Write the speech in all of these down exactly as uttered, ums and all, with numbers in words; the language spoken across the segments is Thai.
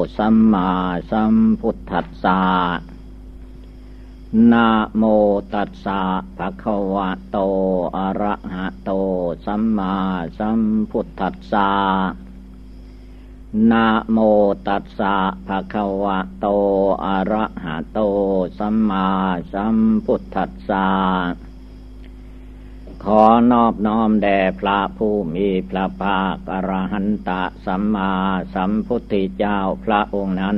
สัมมาสัมพุทธัสสะนะโมตัสสะภะคะวะโตอะระหะโตสัมมาสัมพุทธัสสะนะโมตัสสะภะคะวะโตอะระหะโตสัมมาสัมพุทธัสสะขอนอบน้อมแด่พระผู้มีพระภาคอรหันตสัมมาสัมพุทธเจ้าพระองค์นั้น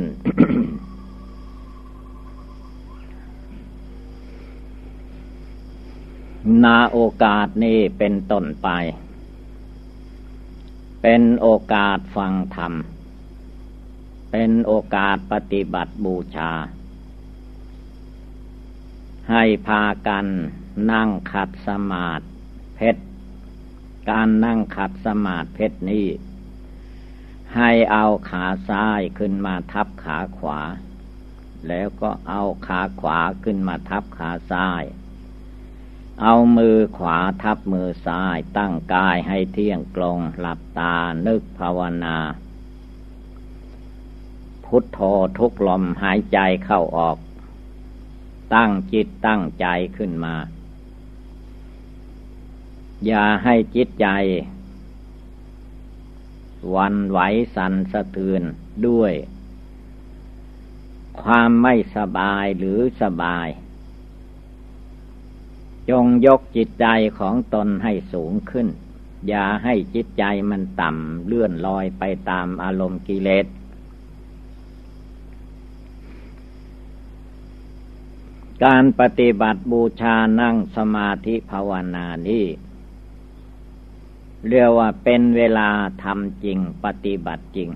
ณ โอกาสนี้เป็นต้นไปเป็นโอกาสฟังธรรมเป็นโอกาสปฏิบัติบูชาให้พากันนั่งขัดสมาธิเพชรการนั่งขัดสมาธิเพชรนี้ให้เอาขาซ้ายขึ้นมาทับขาขวาแล้วก็เอาขาขวาขึ้นมาทับขาซ้ายเอามือขวาทับมือซ้ายตั้งกายให้เที่ยงตรงหลับตานึกภาวนาพุทโธทุกลมหายใจเข้าออกตั้งจิตตั้งใจขึ้นมาอย่าให้จิตใจหวั่นไหวสั่นสะเทือนด้วยความไม่สบายหรือสบายจงยกจิตใจของตนให้สูงขึ้นอย่าให้จิตใจมันต่ำเลื่อนลอยไปตามอารมณ์กิเลสการปฏิบัติบูชานั่งสมาธิภาวนานี้เรียกว่าเป็นเวลาทำจริงปฏิบัติจริง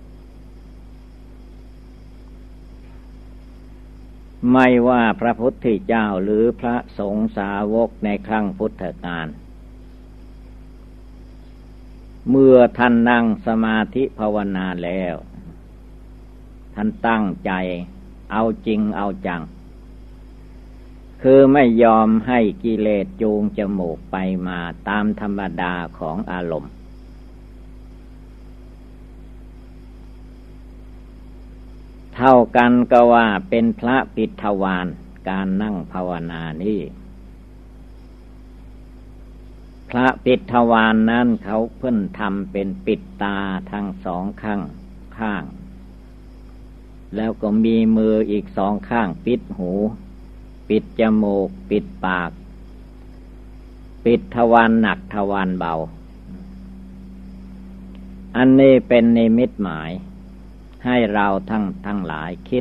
ไม่ว่าพระพุทธเจ้าหรือพระสงฆ์สาวกในครั้งพุทธกาลเมื่อท่านนั่งสมาธิภาวนาแล้วท่านตั้งใจเอาจริงเอาจังคือไม่ยอมให้กิเลสจูงจมูกไปมาตามธรรมดาของอารมณ์เท่ากันก็ว่าเป็นพระปิฎทวารการนั่งภาวนานี้พระปิฎทวารนั้นเขาเพิ่นทำเป็นปิดตาทั้งสองข้างข้างแล้วก็มีมืออีกสองข้างปิดหูปิดจมูกปิดปากปิดทวารหนักทวารเบาอันนี้เป็นนิมิตหมายให้เราทั้งทั้งหลายคิด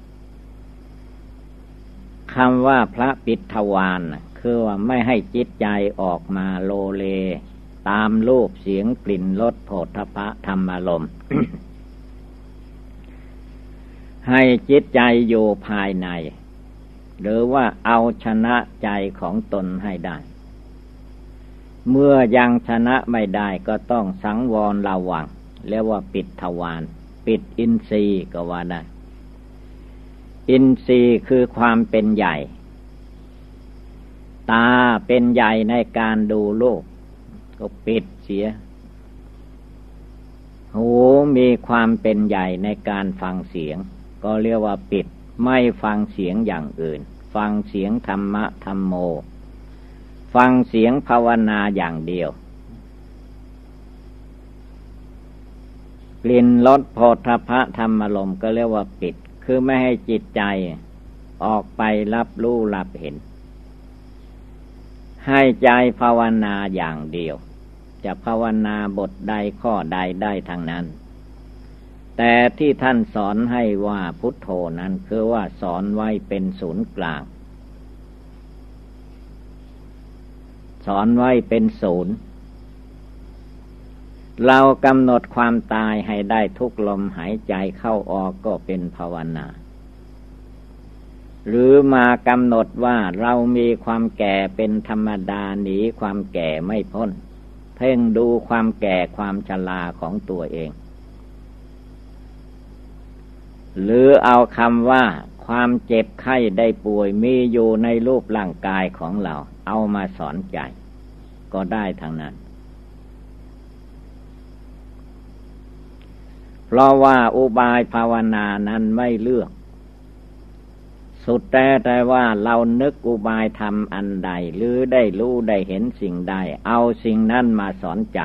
คำว่าพระปิฎทวารคือว่าไม่ให้จิตใจออกมาโลเลตามรูปเสียงกลิ่นรสโผฏฐัพพะธรรมอารมณ์ ให้จิตใจอยู่ภายในหรือว่าเอาชนะใจของตนให้ได้เมื่อยังชนะไม่ได้ก็ต้องสังวรระวังเรียกว่าปิดทวารปิดอินทรีย์ก็ว่าได้อินทรีย์คือความเป็นใหญ่ตาเป็นใหญ่ในการดูโลกก็ปิดเสียหูมีความเป็นใหญ่ในการฟังเสียงก็เรียกว่าปิดไม่ฟังเสียงอย่างอื่นฟังเสียงธรรมะธัมโมฟังเสียงภาวนาอย่างเดียวกลิ่นรสโผฏฐัพพะธรรมอารมณ์ก็เรียกว่าปิดคือไม่ให้จิตใจออกไปรับรู้รับเห็นให้ใจภาวนาอย่างเดียวจะภาวนาบทใดข้อใดได้ทั้งนั้นแต่ที่ท่านสอนให้ว่าพุทโธนั้นคือว่าสอนไว้เป็นศูนย์กลางสอนไว้เป็นศูนย์เรากำหนดความตายให้ได้ทุกลมหายใจเข้าออกก็เป็นภาวนาหรือมากำหนดว่าเรามีความแก่เป็นธรรมดาหนีความแก่ไม่พ้นเพ่งดูความแก่ความชราของตัวเองหรือเอาคำว่าความเจ็บไข้ได้ป่วยมีอยู่ในรูปร่างกายของเราเอามาสอนใจก็ได้ทั้งนั้นเพราะว่าอุบายภาวนานั้นไม่เลือกสุดแต่แต่ว่าเรานึกอุบายทำอันใดหรือได้รู้ได้เห็นสิ่งใดเอาสิ่งนั้นมาสอนใจ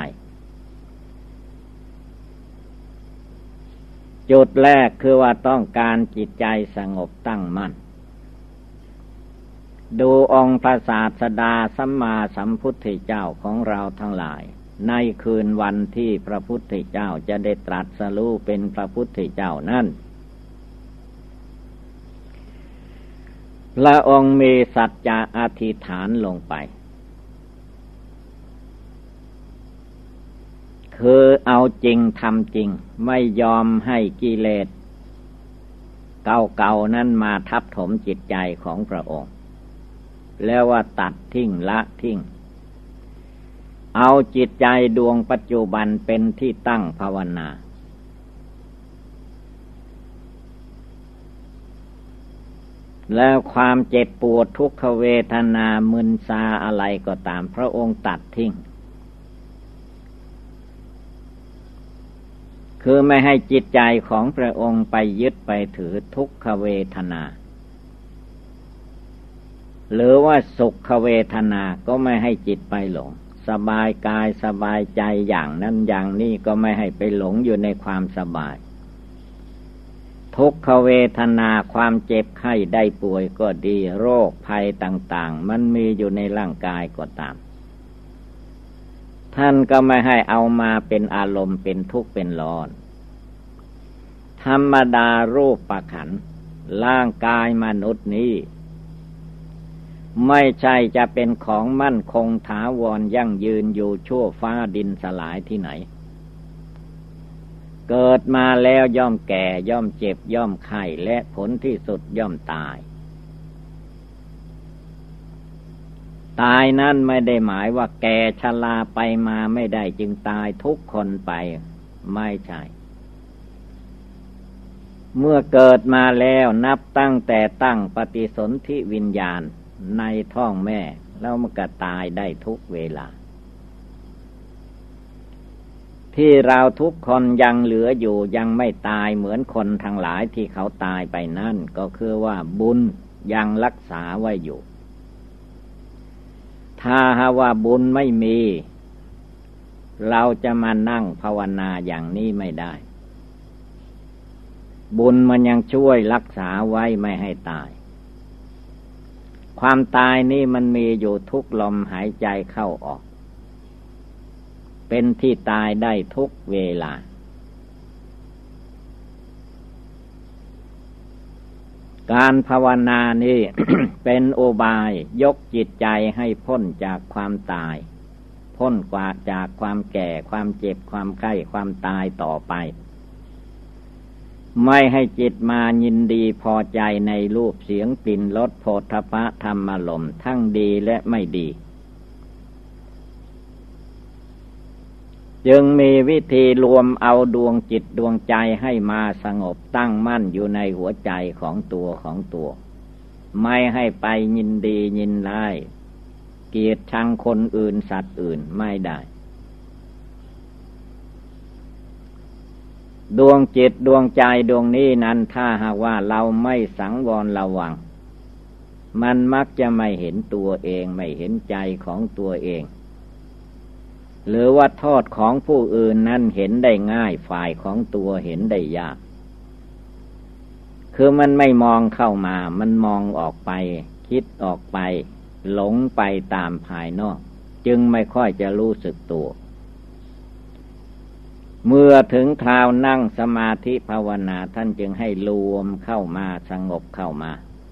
จุดแรกคือว่าต้องการจิตใจสงบตั้งมั่นดูองค์พระศาสดาสัมมาสัมพุทธเจ้าของเราทั้งหลายในคืนวันที่พระพุทธเจ้าจะได้ตรัสรู้เป็นพระพุทธเจ้านั้นพระองค์มีสัจจะอธิษฐานลงไปคือเอาจริงทำจริงไม่ยอมให้กิเลสเก่าๆนั้นมาทับถมจิตใจของพระองค์แล้วว่าตัดทิ้งละทิ้งเอาจิตใจดวงปัจจุบันเป็นที่ตั้งภาวนาแล้วความเจ็บปวดทุกขเวทนามึนซาอะไรก็ตามพระองค์ตัดทิ้งคือไม่ให้จิตใจของพระองค์ไปยึดไปถือทุกขเวทนาหรือว่าสุขเวทนาก็ไม่ให้จิตไปหลงสบายกายสบายใจอย่างนั้นอย่างนี้ก็ไม่ให้ไปหลงอยู่ในความสบายทุกขเวทนาความเจ็บไข้ได้ป่วยก็ดีโรคภัยต่างๆมันมีอยู่ในร่างกายก็ตามท่านก็ไม่ให้เอามาเป็นอารมณ์เป็นทุกข์เป็นร้อนธรรมดารูปประขันธ์ร่างกายมนุษย์นี้ไม่ใช่จะเป็นของมั่นคงถาวรยั่งยืนอยู่ชั่วฟ้าดินสลายที่ไหนเกิดมาแล้วย่อมแก่ย่อมเจ็บย่อมไข้และผลที่สุดย่อมตายตายนั้นไม่ได้หมายว่าแก่ชราไปมาไม่ได้จึงตายทุกคนไปไม่ใช่เมื่อเกิดมาแล้วนับตั้งแต่ตั้งปฏิสนธิวิญญาณในท้องแม่แล้วมันก็ตายได้ทุกเวลาที่เราทุกคนยังเหลืออยู่ยังไม่ตายเหมือนคนทั้งหลายที่เขาตายไปนั่นก็คือว่าบุญยังรักษาไว้อยู่ถ้าหาว่าบุญไม่มีเราจะมานั่งภาวนาอย่างนี้ไม่ได้บุญมันยังช่วยรักษาไว้ไม่ให้ตายความตายนี่มันมีอยู่ทุกลมหายใจเข้าออกเป็นที่ตายได้ทุกเวลาการภาวนานี่ เป็นอุบายยกจิตใจให้พ้นจากความตายพ้นกว่าจากความแก่ความเจ็บความไข้ความตายต่อไปไม่ให้จิตมายินดีพอใจในรูปเสียงกลิ่นรสโผฏฐัพพะธรรมารมณ์ทั้งดีและไม่ดีจึงมีวิธีรวมเอาดวงจิตดวงใจให้มาสงบตั้งมั่นอยู่ในหัวใจของตัวของตัวไม่ให้ไปยินดียินร้ายเกลียดชังคนอื่นสัตว์อื่นไม่ได้ดวงจิตดวงใจดวงนี้นั้นถ้าหากว่าเราไม่สังวรระวังมันมักจะไม่เห็นตัวเองไม่เห็นใจของตัวเองหรือว่าโทษของผู้อื่นนั้นเห็นได้ง่ายฝ่ายของตัวเห็นได้ยากคือมันไม่มองเข้ามามันมองออกไปคิดออกไปหลงไปตามภายนอกจึงไม่ค่อยจะรู้สึกตัวเมื่อถึงคราวนั่งสมาธิภาวนาท่านจึงให้รวมเข้ามาสงบเข้ามา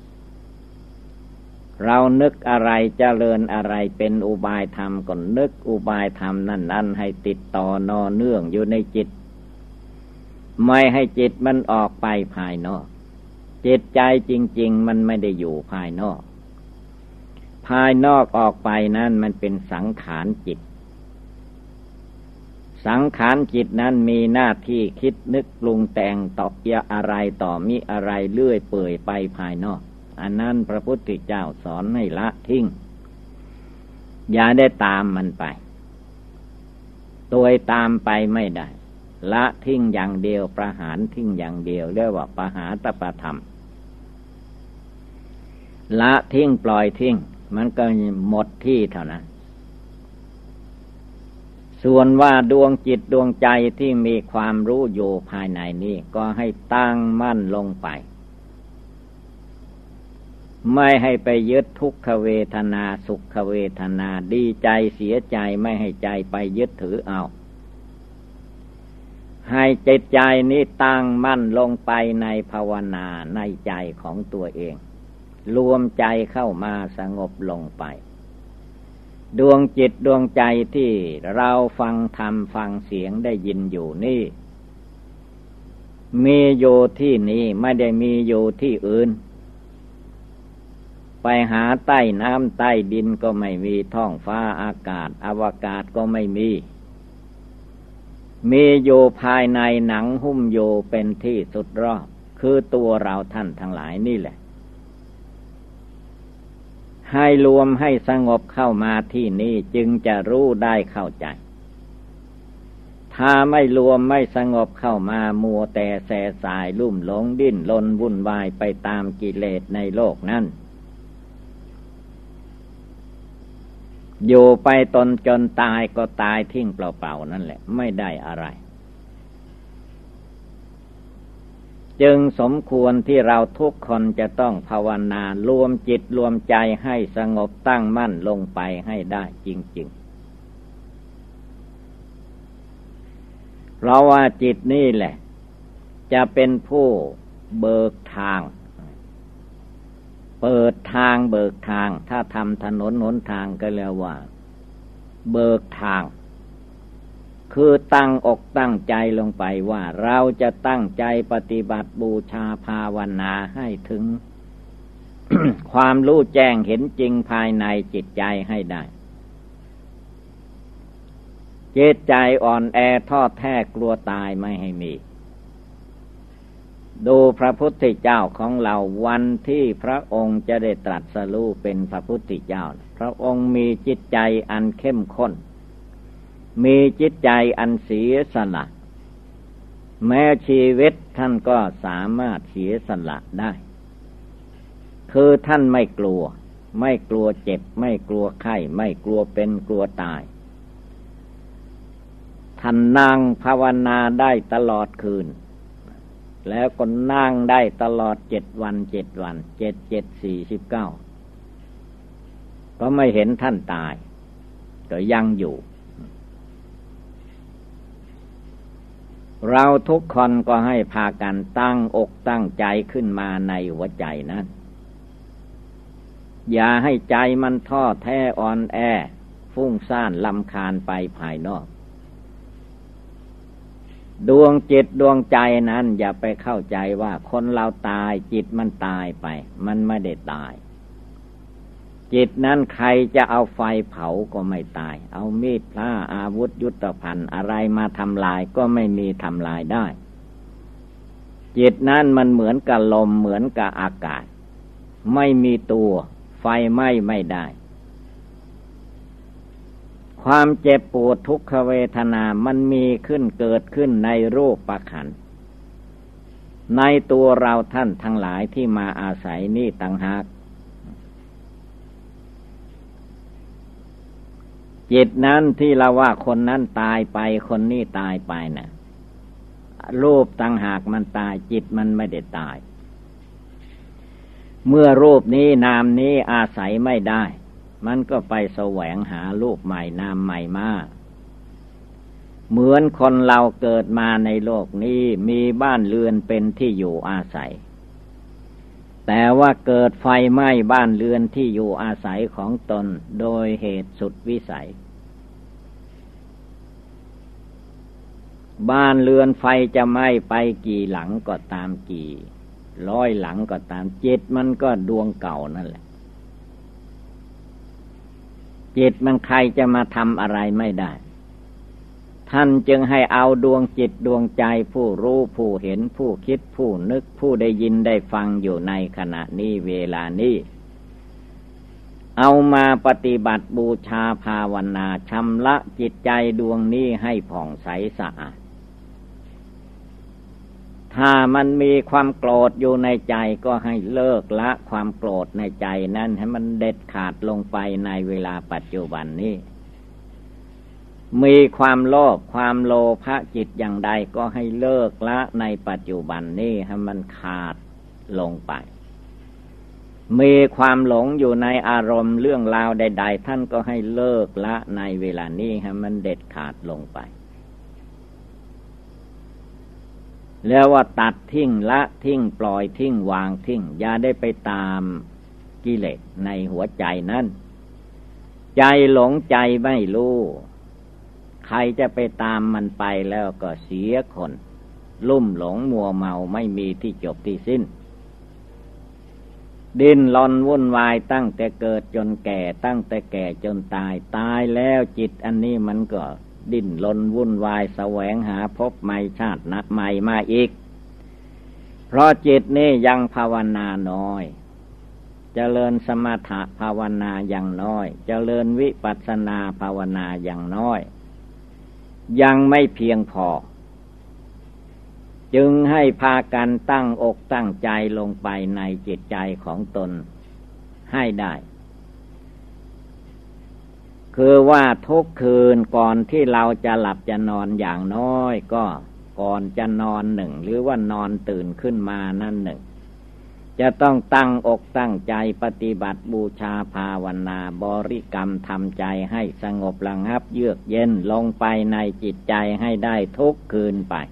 เรานึกอะไรเจริญอะไรเป็นอุบายธรรมก็นึกอุบายธรรมนั่นนั่นให้ติดต่อนอเนื่องอยู่ในจิตไม่ให้จิตมันออกไปภายนอกจิตใจจริงๆมันไม่ได้อยู่ภายนอกภายนอกออกไปนั่นมันเป็นสังขารจิตสังขารจิตนั้นมีหน้าที่คิดนึกปรุงแต่งต่ออะไรต่อมิอะไรเลื่อยเปื่อยไปภายนอกอันนั้นพระพุทธเจ้าสอนให้ละทิ้งอย่าได้ตามมันไปตัวตามไปไม่ได้ละทิ้งอย่างเดียวประหารทิ้งอย่างเดียวเรียกว่าปหาตปธรรมละทิ้งปล่อยทิ้งมันก็หมดที่เท่านั้นส่วนว่าดวงจิตดวงใจที่มีความรู้อยู่ภายในนี้ก็ให้ตั้งมั่นลงไปไม่ให้ไปยึดทุกขเวทนาสุขเวทนาดีใจเสียใจไม่ให้ใจไปยึดถือเอาให้จิตใจนี้ตั้งมั่นลงไปในภาวนาในใจของตัวเองรวมใจเข้ามาสงบลงไปดวงจิตดวงใจที่เราฟังธรรมฟังเสียงได้ยินอยู่นี่มีอยู่ที่นี้ไม่ได้มีอยู่ที่อื่นไปหาใต้น้ำใต้ดินก็ไม่มีท้องฟ้าอากาศอวกาศก็ไม่มีมีอยู่ภายในหนังหุ้มอยู่เป็นที่สุดรอบคือตัวเราท่านทั้งหลายนี่แหละให้รวมให้สงบเข้ามาที่นี่จึงจะรู้ได้เข้าใจถ้าไม่รวมไม่สงบเข้ามามัวแต่แสสายลุ่มหลงดิ้นรนวุ่นวายไปตามกิเลสในโลกนั้นอยู่ไปตนจนตายก็ตายทิ้งเปล่าๆนั่นแหละไม่ได้อะไรจึงสมควรที่เราทุกคนจะต้องภาวนารวมจิตรวมใจให้สงบตั้งมั่นลงไปให้ได้จริงๆเพราะว่าจิตนี่แหละจะเป็นผู้เบิกทางเปิดทางเบิกทางถ้าทำถนนหนทางก็เรียกว่าเบิกทางคือตั้งอกตั้งใจลงไปว่าเราจะตั้งใจปฏิบัติบูชาภาวนาให้ถึง ความรู้แจ้งเห็นจริงภายในจิตใจให้ได้จิตใจอ่อนแอท้อแท้กลัวตายไม่ให้มีดูพระพุทธเจ้าของเราวันที่พระองค์จะได้ตรัสรู้เป็นพระพุทธเจ้าพระองค์มีจิตใจอันเข้มข้นมีจิตใจอันเสียสละแม้ชีวิตท่านก็สามารถเสียสละได้คือท่านไม่กลัวไม่กลัวเจ็บไม่กลัวไข้ไม่กลัวเป็นกลัวตายท่านนั่งภาวนาได้ตลอดคืนแล้วก็นั่งได้ตลอดเจ็ดวันเจ็ดวันเจ็ดเจ็ดสี่สิบเก้าก็ไม่เห็นท่านตายก็ยังอยู่เราทุกคนก็ให้พากันตั้งอกตั้งใจขึ้นมาในหัวใจนั้นอย่าให้ใจมันท้อแท้อ่อนแอฟุ้งซ่านรำคาญไปภายนอกดวงจิตดวงใจนั้นอย่าไปเข้าใจว่าคนเราตายจิตมันตายไปมันไม่ได้ตายจิตนั้นใครจะเอาไฟเผาก็ไม่ตายเอามีดพระอาวุธยุทโธภัณฑ์อะไรมาทำลายก็ไม่มีทำลายได้จิตนั้นมันเหมือนกับลมเหมือนกับอากาศไม่มีตัวไฟไหม้ไม่ได้ความเจ็บปวดทุกขเวทนามันมีขึ้นเกิดขึ้นในรูปขันธ์ในตัวเราท่านทั้งหลายที่มาอาศัยนี่ต่างหากจิตนั้นที่เราว่าคนนั้นตายไปคนนี้ตายไปนะรูปต่างหากมันตายจิตมันไม่ได้ตายเมื่อรูปนี้นามนี้อาศัยไม่ได้มันก็ไปแสวงหารูปใหม่นามใหม่มาเหมือนคนเราเกิดมาในโลกนี้มีบ้านเรือนเป็นที่อยู่อาศัยแต่ว่าเกิดไฟไหม้บ้านเรือนที่อยู่อาศัยของตนโดยเหตุสุดวิสัยบ้านเรือนไฟจะไหม้ไปกี่หลังก็ตามกี่ร้อยหลังก็ตามจิตมันก็ดวงเก่านั่นแหละจิตมันใครจะมาทำอะไรไม่ได้ท่านจึงให้เอาดวงจิตดวงใจผู้รู้ผู้เห็นผู้คิดผู้นึกผู้ได้ยินได้ฟังอยู่ในขณะนี้เวลานี้เอามาปฏิบัติบูชาภาวนาชำระจิตใจดวงนี้ให้ผ่องใสสะอาดถ้ามันมีความโกรธอยู่ในใจก็ให้เลิกละความโกรธในใจนั้นให้มันเด็ดขาดลงไปในเวลาปัจจุบันนี้มีความโลภความโลภะจิตอย่างใดก็ให้เลิกละในปัจจุบันนี้ให้มันขาดลงไปมีความหลงอยู่ในอารมณ์เรื่องราวใดๆท่านก็ให้เลิกละในเวลานี้ให้มันเด็ดขาดลงไปแล้วว่าตัดทิ้งละทิ้งปล่อยทิ้งวางทิ้งอย่าได้ไปตามกิเลสในหัวใจนั้นใจหลงใจไม่รู้ใครจะไปตามมันไปแล้วก็เสียคนลุ่มหลงมัวเมาไม่มีที่จบที่สิ้นดิ้นรนวุ่นวายตั้งแต่เกิดจนแก่ตั้งแต่แก่จนตายตายแล้วจิตอันนี้มันก็ดิ้นรนวุ่นวายแสวงหาภพใหม่ชาตินักใหม่มาอีกเพราะจิตนี่ยังภาวนาน้อยเจริญสมถะภาวนาอย่างน้อยเจริญวิปัสสนาภาวนาอย่างน้อยยังไม่เพียงพอจึงให้พากันตั้งอกตั้งใจลงไปในจิตใจของตนให้ได้คือว่าทุกคืนก่อนที่เราจะหลับจะนอนอย่างน้อยก็ก่อนจะนอนหนึ่งหรือว่านอนตื่นขึ้นมานั่นหนึ่งจะต้องตั้งอกตั้งใจปฏิบัติบูชาภาวนาบริกรรมทำใจให้สงบระงับเยือกเย็นลงไปในจิตใจให้ได้ทุกคืนไป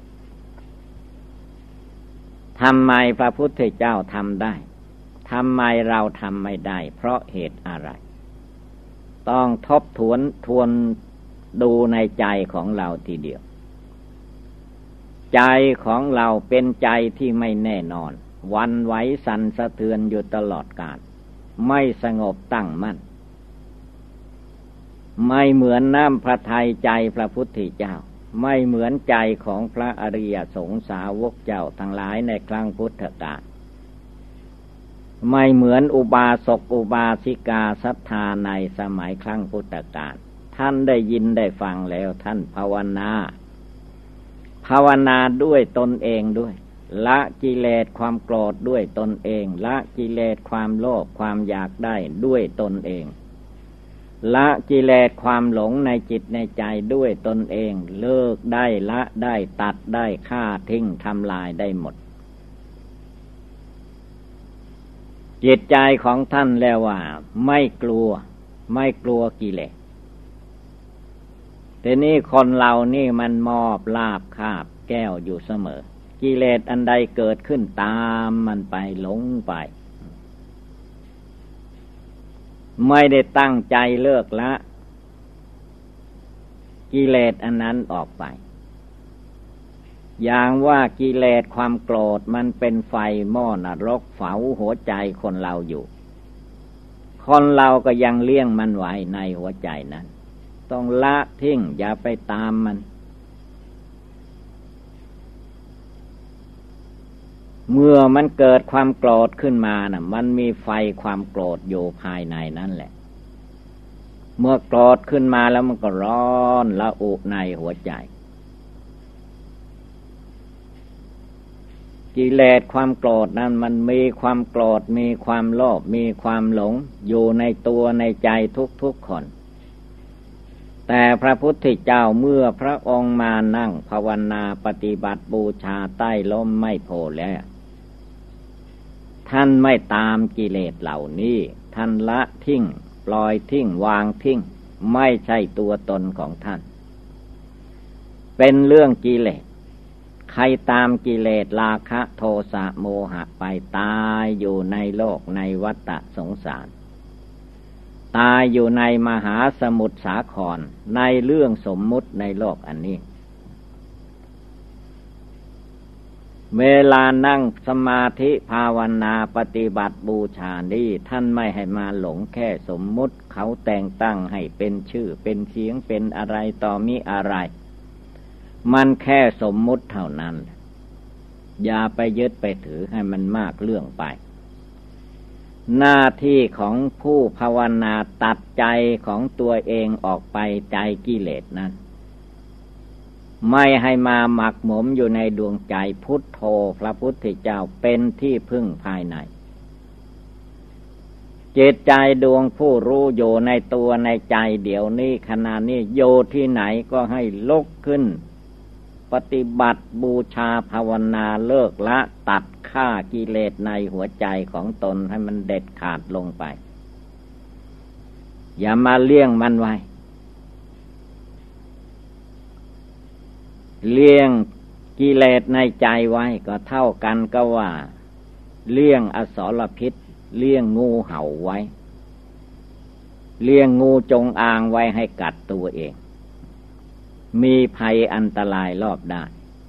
ทำไมพระพุทธเจ้าทำได้ทำไมเราทำไม่ได้เพราะเหตุอะไรต้องทบทวนทวนดูในใจของเราทีเดียวใจของเราเป็นใจที่ไม่แน่นอนวันไหวสั่นสะเทือนอยู่ตลอดกาลไม่สงบตั้งมั่นไม่เหมือนน้ำพระทัยใจพระพุทธเจ้าไม่เหมือนใจของพระอริยสงสาวกเจ้าทั้งหลายในครั้งพุทธกาลไม่เหมือนอุบาสกอุบาสิกาศรัทธาในสมัยครั้งพุทธกาลท่านได้ยินได้ฟังแล้วท่านภาวนาภาวนาด้วยตนเองด้วยละกิเลสความโกรธด้วยตนเองละกิเลสความโลภความอยากได้ด้วยตนเองละกิเลสความหลงในจิตในใจด้วยตนเองเลิกได้ละได้ตัดได้ฆ่าทิ้งทำลายได้หมดจิตใจของท่านแล้วว่าไม่กลัวไม่กลัวกิเลสแต่นี่คนเรานี่มันมอบลาภคาบแก้วอยู่เสมอกิเลสอันใดเกิดขึ้นตามมันไปหลงไปไม่ได้ตั้งใจเลิกละกิเลสอันนั้นออกไปอย่างว่ากิเลสความโกรธมันเป็นไฟหม้อนรกเผาหัวใจคนเราอยู่คนเราก็ยังเลี้ยงมันไว้ในหัวใจนั้นต้องละทิ้งอย่าไปตามมันเมื่อมันเกิดความโกรธขึ้นมาน่ะมันมีไฟความโกรธอยู่ภายในนั่นแหละเมื่อโกรธขึ้นมาแล้วมันก็ร้อนระอุในหัวใจกิเลสความโกรธนั้นมันมีความโกรธมีความโลภมีความหลงอยู่ในตัวในใจทุกๆคนแต่พระพุทธเจ้าเมื่อพระองค์มานั่งภาวนาปฏิบัติบูชาใต้ร่มไม้โพธิ์แล้วท่านไม่ตามกิเลสเหล่านี้ท่านละทิ้งปล่อยทิ้งวางทิ้งไม่ใช่ตัวตนของท่านเป็นเรื่องกิเลสใครตามกิเลสราคะโทสะโมหะไปตายอยู่ในโลกในวัฏสงสารตายอยู่ในมหาสมุทรสาครในเรื่องสมมุติในโลกอันนี้เวลานั่งสมาธิภาวนาปฏิบัติบูชานี้ท่านไม่ให้มาหลงแค่สมมุติเขาแต่งตั้งให้เป็นชื่อเป็นเสียงเป็นอะไรต่อมิอะไรมันแค่สมมุติเท่านั้นอย่าไปยึดไปถือให้มันมากเรื่องไปหน้าที่ของผู้ภาวนาตัดใจของตัวเองออกไปใจกิเลสนั้นไม่ให้มาหมักหมมอยู่ในดวงใจพุทโธพระพุทธเจ้าเป็นที่พึ่งภายในจิตใจดวงผู้รู้อยู่ในตัวในใจเดี๋ยวนี้ขณะนี้โยที่ไหนก็ให้ลุกขึ้นปฏิบัติบูชาภาวนาเลิกละตัดฆ่ากิเลสในหัวใจของตนให้มันเด็ดขาดลงไปอย่ามาเลี้ยงมันไว้เลี้ยงกิเลสในใจไว้ก็เท่ากันก็ว่าเลี้ยงอสรพิษเลี้ยงงูเห่าไว้เลี้ยงงูจงอางไว้ให้กัดตัวเองมีภัยอันตรายรอบด้าน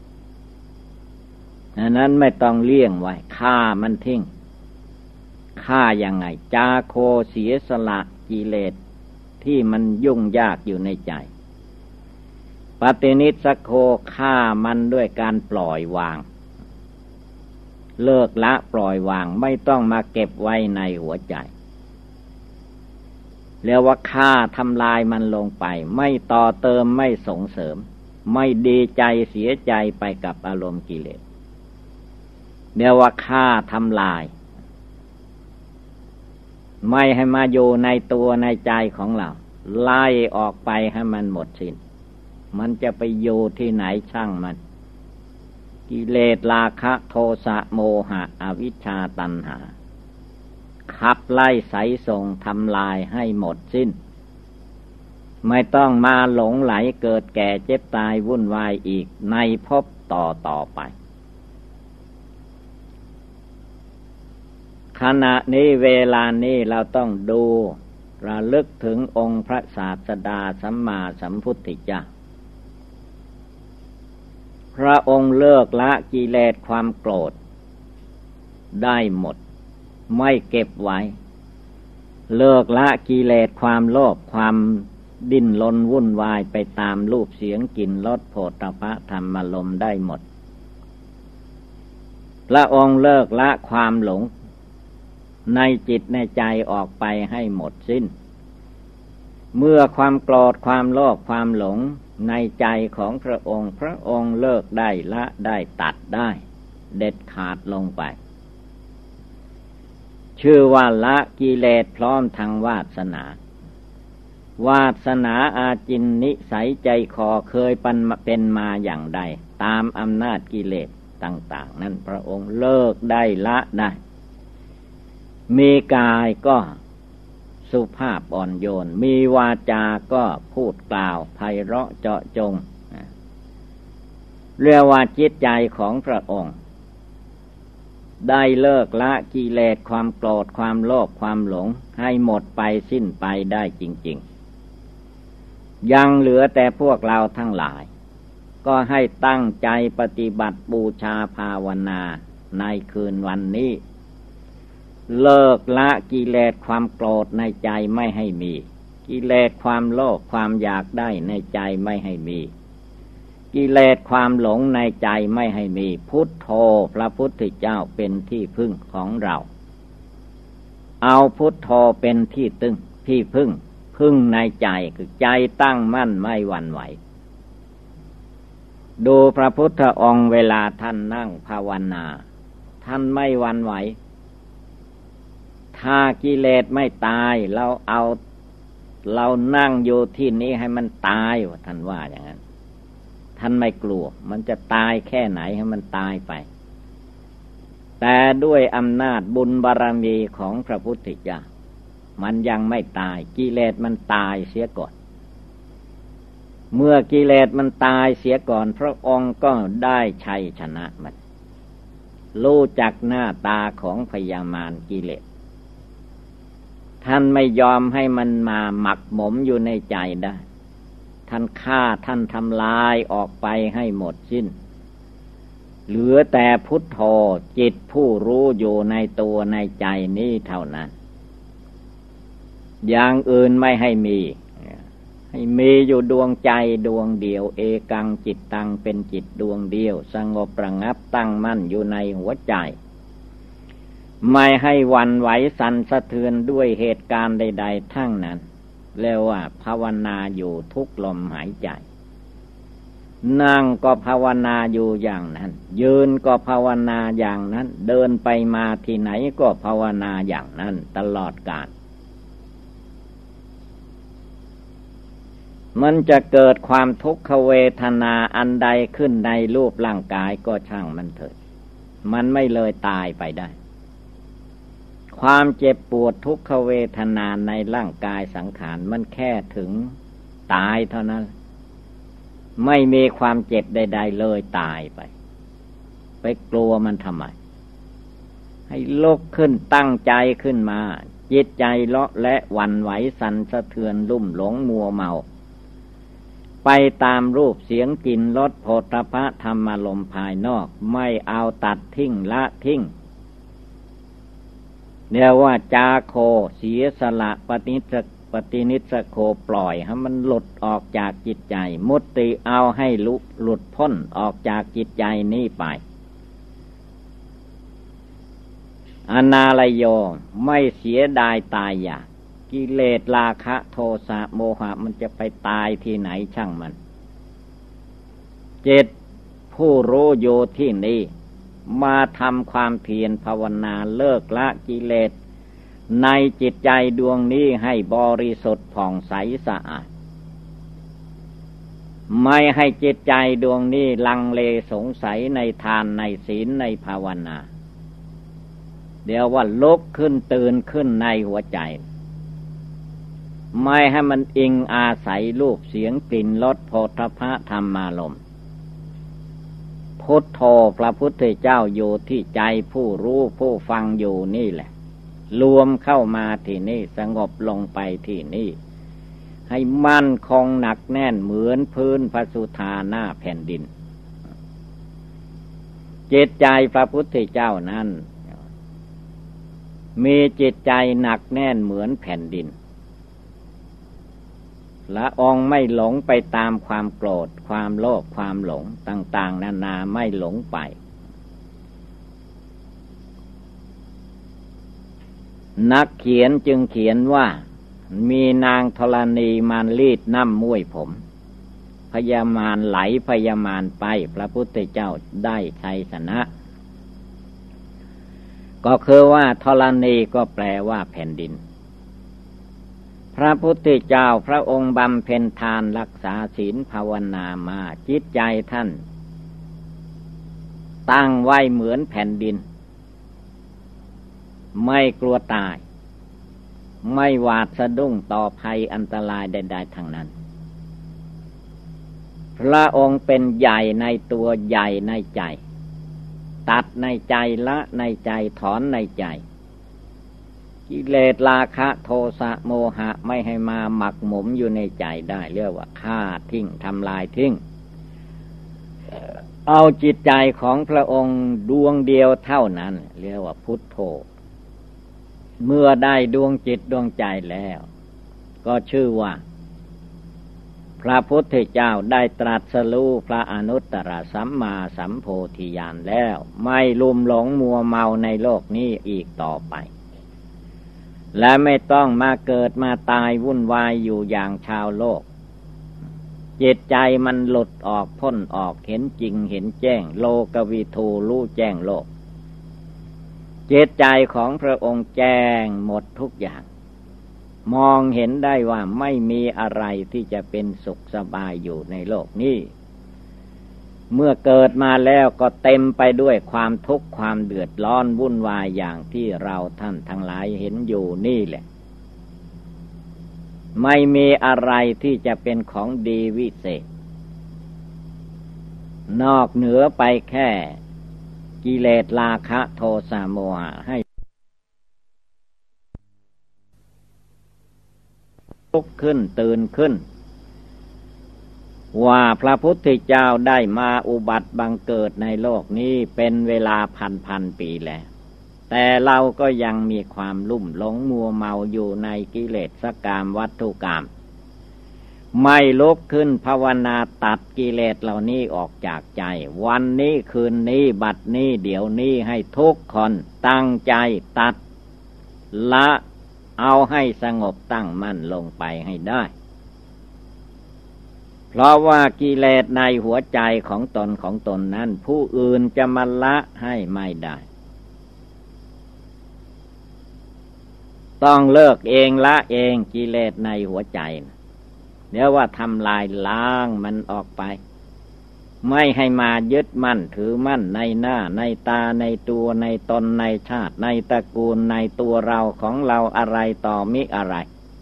ดังนั้นไม่ต้องเลี้ยงไว้ฆ่ามันทิ้งฆ่ายังไงจาโคเสียสละกิเลสที่มันยุ่งยากอยู่ในใจปฏินิสสโคฆ่ามันด้วยการปล่อยวางเลิกละปล่อยวางไม่ต้องมาเก็บไว้ในหัวใจเรียกว่าฆ่าทำลายมันลงไปไม่ต่อเติมไม่ส่งเสริมไม่ดีใจเสียใจไปกับอารมณ์กิเลสเรียกว่าฆ่าทำลายไม่ให้มาอยู่ในตัวในใจของเราไล่ออกไปให้มันหมดสิ้นมันจะไปอยู่ที่ไหนช่างมันกิเลสราคะโทสะโมหะอวิชชาตัณหาขับไล่ไสส่งทำลายให้หมดสิ้นไม่ต้องมาหลงไหลเกิดแก่เจ็บตายวุ่นวายอีกในภพต่อต่อไปขณะนี้เวลานี้เราต้องดูระลึกถึงองค์พระศาสดาสัมมาสัมพุทธเจ้าพระองค์เลิกละกิเลสความโกรธได้หมดไม่เก็บไว้เลิกละกิเลสความโลภความดิ้นรนวุ่นวายไปตามรูปเสียงกลิ่นรสโผฏฐัพพะธรรมารมณ์ได้หมดพระองค์เลิกละความหลงในจิตในใจออกไปให้หมดสิ้นเมื่อความโกรธความโลภความหลงในใจของพระองค์พระองค์เลิกได้ละได้ตัดได้เด็ดขาดลงไปชื่อว่าละกิเลสพร้อมทางวาสนาวาสนาอาจินนิสัยใจคอเคยเป็นมาอย่างใดตามอำนาจกิเลสต่างๆนั้นพระองค์เลิกได้ละได้มีกายก็สุภาพอ่อนโยนมีวาจาก็พูดกล่าวไพเราะเจาะจงเรียกว่าจิตใจของพระองค์ได้เลิกละกิเลสความโกรธความโลภความหลงให้หมดไปสิ้นไปได้จริงๆยังเหลือแต่พวกเราทั้งหลายก็ให้ตั้งใจปฏิบัติบูชาภาวนาในคืนวันนี้เลิกละกิเลสความโกรธในใจไม่ให้มีกิเลสความโลภความอยากได้ในใจไม่ให้มีกิเลสความหลงในใจไม่ให้มีพุทโธพระพุทธเจ้าเป็นที่พึ่งของเราเอาพุทโธเป็นที่ตึงที่พึ่งพึ่งในใจคือใจตั้งมั่นไม่หวั่นไหวดูพระพุทธองค์เวลาท่านนั่งภาวนาท่านไม่หวั่นไหวถ้ากิเลสไม่ตายเราเอาเรานั่งอยู่ที่นี้ให้มันตายว่าท่านว่าอย่างนั้นท่านไม่กลัวมันจะตายแค่ไหนให้มันตายไปแต่ด้วยอำนาจบุญบารมีของพระพุทธเจ้ามันยังไม่ตายกิเลสมันตายเสียก่อนเมื่อกิเลสมันตายเสียก่อนพระองค์ก็ได้ชัยชนะมันรู้จักหน้าตาของพยามารกิเลสท่านไม่ยอมให้มันมาหมักหมมอยู่ในใจได้ท่านฆ่าท่านทำลายออกไปให้หมดสิ้นเหลือแต่พุทโธจิตผู้รู้อยู่ในตัวในใจนี้เท่านั้นอย่างอื่นไม่ให้มีให้มีอยู่ดวงใจดวงเดียวเอกังจิตตังเป็นจิตดวงเดียวสงบระงับตั้งมั่นอยู่ในหัวใจไม่ให้หวั่นไหวสั่นสะเทือนด้วยเหตุการณ์ใดๆทั้งนั้นเรียกว่าภาวนาอยู่ทุกลมหายใจนั่งก็ภาวนาอยู่อย่างนั้นยืนก็ภาวนาอย่างนั้นเดินไปมาที่ไหนก็ภาวนาอย่างนั้นตลอดกาลมันจะเกิดความทุกขเวทนาอันใดขึ้นในรูปร่างกายก็ช่างมันเถิดมันไม่เลยตายไปได้ความเจ็บปวดทุกขเวทนาในร่างกายสังขารมันแค่ถึงตายเท่านั้นไม่มีความเจ็บใดๆเลยตายไปไปกลัวมันทำไมให้ลุกขึ้นตั้งใจขึ้นมาจิตใจเลาะและหวั่นไหวสั่นสะเทือนลุ่มหลงมัวเมาไปตามรูปเสียงกลิ่นรสโผฏฐัพพะธรรมารมณ์ภายนอกไม่เอาตัดทิ้งละทิ้งเรียกว่าจาโคเสียสละปฏิสปฏินิสโคปล่อยให้มันหลุดออกจากจิตใจมุตติเอาให้ลุหลุดพ้นออกจากจิตใจนี้ไปอนาลโยไม่เสียดายตายอยากกิเลสราคะโทสะโมหะมันจะไปตายที่ไหนช่างมันเจ็ดผู้รู้อยู่ที่นี่มาทำความเพียรภาวนาเลิกละกิเลสในจิตใจดวงนี้ให้บริสุทธิ์ผ่องใสสะอาดไม่ให้จิตใจดวงนี้ลังเลสงสัยในทานในศีลในภาวนาเดี๋ยวว่าลุกขึ้นตื่นขึ้นในหัวใจไม่ให้มันอิงอาศัยรูปเสียงกลิ่นรสโผฏฐัพพะธรรมารมณ์พุทโธพระพุทธเจ้าอยู่ที่ใจผู้รู้ผู้ฟังอยู่นี่แหละรวมเข้ามาที่นี่สงบลงไปที่นี่ให้มั่นคงหนักแน่นเหมือนพื้นพระสุธาหน้าแผ่นดินจิตใจพระพุทธเจ้านั้นมีจิตใจหนักแน่นเหมือนแผ่นดินละองค์ไม่หลงไปตามความโกรธความโลภความหลงต่างๆนานาไม่หลงไปนักเขียนจึงเขียนว่ามีนางธรณีมารลีดน้ำม้วยผมพญามารไหลพญามารไปพระพุทธเจ้าได้ชัยชนะก็คือว่าธรณีก็แปลว่าแผ่นดินพระพุทธเจ้าพระองค์บำเพ็ญทานรักษาศีลภาวนามาจิตใจท่านตั้งไว้เหมือนแผ่นดินไม่กลัวตายไม่หวาดสะดุ้งต่อภัยอันตรายใดๆทั้งนั้นพระองค์เป็นใหญ่ในตัวใหญ่ในใจตัดในใจละในใจถอนในใจกิเลสราคะโทสะโมหะไม่ให้มาหมักหมมอยู่ในใจได้เรียกว่าฆ่าทิ้งทำลายทิ้งเอาจิตใจของพระองค์ดวงเดียวเท่านั้นเรียกว่าพุทโธเมื่อได้ดวงจิตดวงใจแล้วก็ชื่อว่าพระพุทธเจ้าได้ตรัสรู้พระอนุตตรสัมมาสัมโพธิญาณแล้วไม่ลุ่มหลงมัวเมาในโลกนี้อีกต่อไปและไม่ต้องมาเกิดมาตายวุ่นวายอยู่อย่างชาวโลกจิตใจมันหลุดออกพ้นออกเห็นจริงเห็นแจ้งโลกวิทูรู้แจ้งโลกจิตใจของพระองค์แจ้งหมดทุกอย่างมองเห็นได้ว่าไม่มีอะไรที่จะเป็นสุขสบายอยู่ในโลกนี้เมื่อเกิดมาแล้วก็เต็มไปด้วยความทุกข์ความเดือดร้อนวุ่นวายอย่างที่เราท่านทั้งหลายเห็นอยู่นี่แหละไม่มีอะไรที่จะเป็นของดีวิเศษนอกเหนือไปแค่กิเลสราคะโทสะโมหะให้ลุกขึ้นตื่นขึ้นว่าพระพุทธเจ้าได้มาอุบัติบังเกิดในโลกนี้เป็นเวลาพันพันปีแล้วแต่เราก็ยังมีความลุ่มหลงมัวเมาอยู่ในกิเลสกามวัตถุกรรมไม่ลุกขึ้นภาวนาตัดกิเลสเหล่านี้ออกจากใจวันนี้คืนนี้บัดนี้เดี๋ยวนี้ให้ทุกคนตั้งใจตัดละเอาให้สงบตั้งมั่นลงไปให้ได้พเพราะว่ากิเลสในหัวใจของตนของตนนั้นผู้อื่นจะมาละให้ไม่ได้ต้องเลิกเองละเองกิเลสในหัวใจเดี๋ยวว่าทำลายล้างมันออกไปไม่ให้มายึดมั่นถือมั่นในหน้าในตาในตัวในตนในชาติในตระกูลในตัวเราของเราอะไรต่อมิอะไร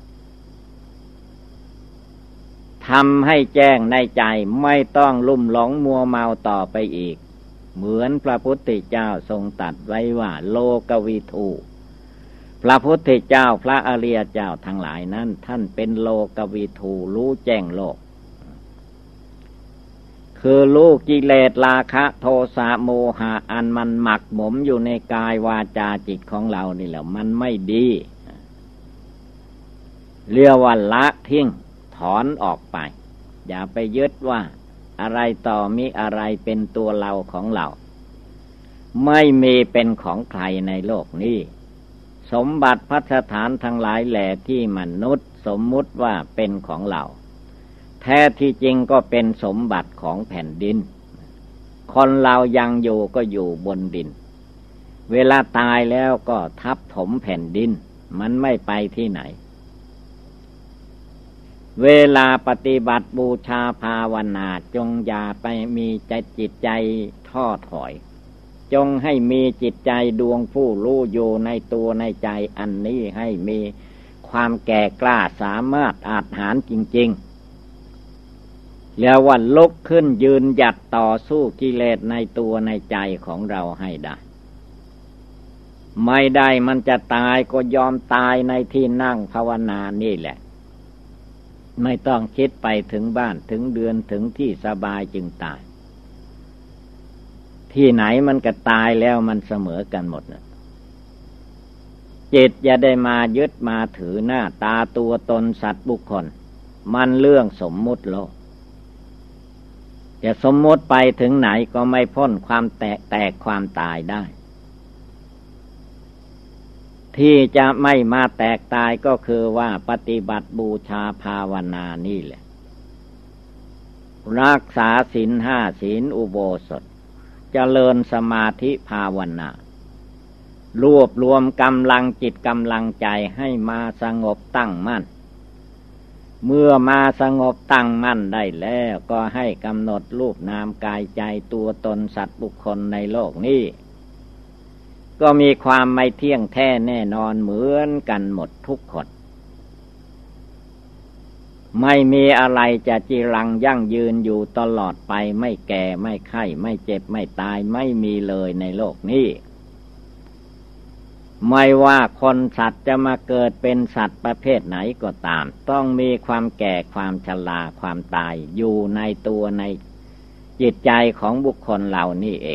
ทำให้แจ้งในใจไม่ต้องลุ่มหลงมัวเมาต่อไปอีกเหมือนพระพุทธเจ้าทรงตรัสไว้ว่าโลกวิทูพระพุทธเจ้าพระอริยเจ้าทั้งหลายนั้นท่านเป็นโลกวิทูรู้แจ้งโลกคือรู้กิเลสราคะโทสะโมหะอันมันหมักหมมอยู่ในกายวาจาจิตของเรานี่แหละมันไม่ดีเรียกว่าละทิ้งถอนออกไปอย่าไปยึดว่าอะไรต่อมิอะไรเป็นตัวเราของเราไม่มีเป็นของใครในโลกนี้สมบัติพัฒฐานทั้งหลายแหล่ที่มนุษย์สมมุติว่าเป็นของเราแท้ที่จริงก็เป็นสมบัติของแผ่นดินคนเรายังอยู่ก็อยู่บนดินเวลาตายแล้วก็ทับถมแผ่นดินมันไม่ไปที่ไหนเวลาปฏิบัติบูชาภาวนาจงอย่าไปมีใจจิตใจท้อถอยจงให้มีจิตใจดวงผู้รู้อยู่ในตัวในใจอันนี้ให้มีความแก่กล้าสามารถอาจหาญจริงๆแล้ววันลุกขึ้นยืนหยัดต่อสู้กิเลสในตัวในใจของเราให้ได้ไม่ได้มันจะตายก็ยอมตายในที่นั่งภาวนานี่แหละไม่ต้องคิดไปถึงบ้านถึงเดือนถึงที่สบายจึงตายที่ไหนมันก็ตายแล้วมันเสมอกันหมดนะจิตอย่าได้มายึดมาถือหน้าตาตัวตนสัตว์บุคคลมันเรื่องสมมุติโลกจะสมมุติไปถึงไหนก็ไม่พ้นความแตกแตกความตายได้ที่จะไม่มาแตกตายก็คือว่าปฏิบัติบูชาภาวนานี่แหละรักษาศีลห้าศีลอุโบสถเจริญสมาธิภาวนารวบรวมกำลังจิตกำลังใจให้มาสงบตั้งมั่นเมื่อมาสงบตั้งมั่นได้แล้วก็ให้กำหนดรูปนามกายใจตัวตนสัตว์บุคคลในโลกนี้ก็มีความไม่เที่ยงแท้แน่นอนเหมือนกันหมดทุกคนไม่มีอะไรจะจีรังยั่งยืนอยู่ตลอดไปไม่แก่ไม่ไข้ไม่เจ็บไม่ตายไม่มีเลยในโลกนี้ไม่ว่าคนสัตว์จะมาเกิดเป็นสัตว์ประเภทไหนก็ตามต้องมีความแก่ความชราความตายอยู่ในตัวในจิตใจของบุคคลเหล่านี้เอง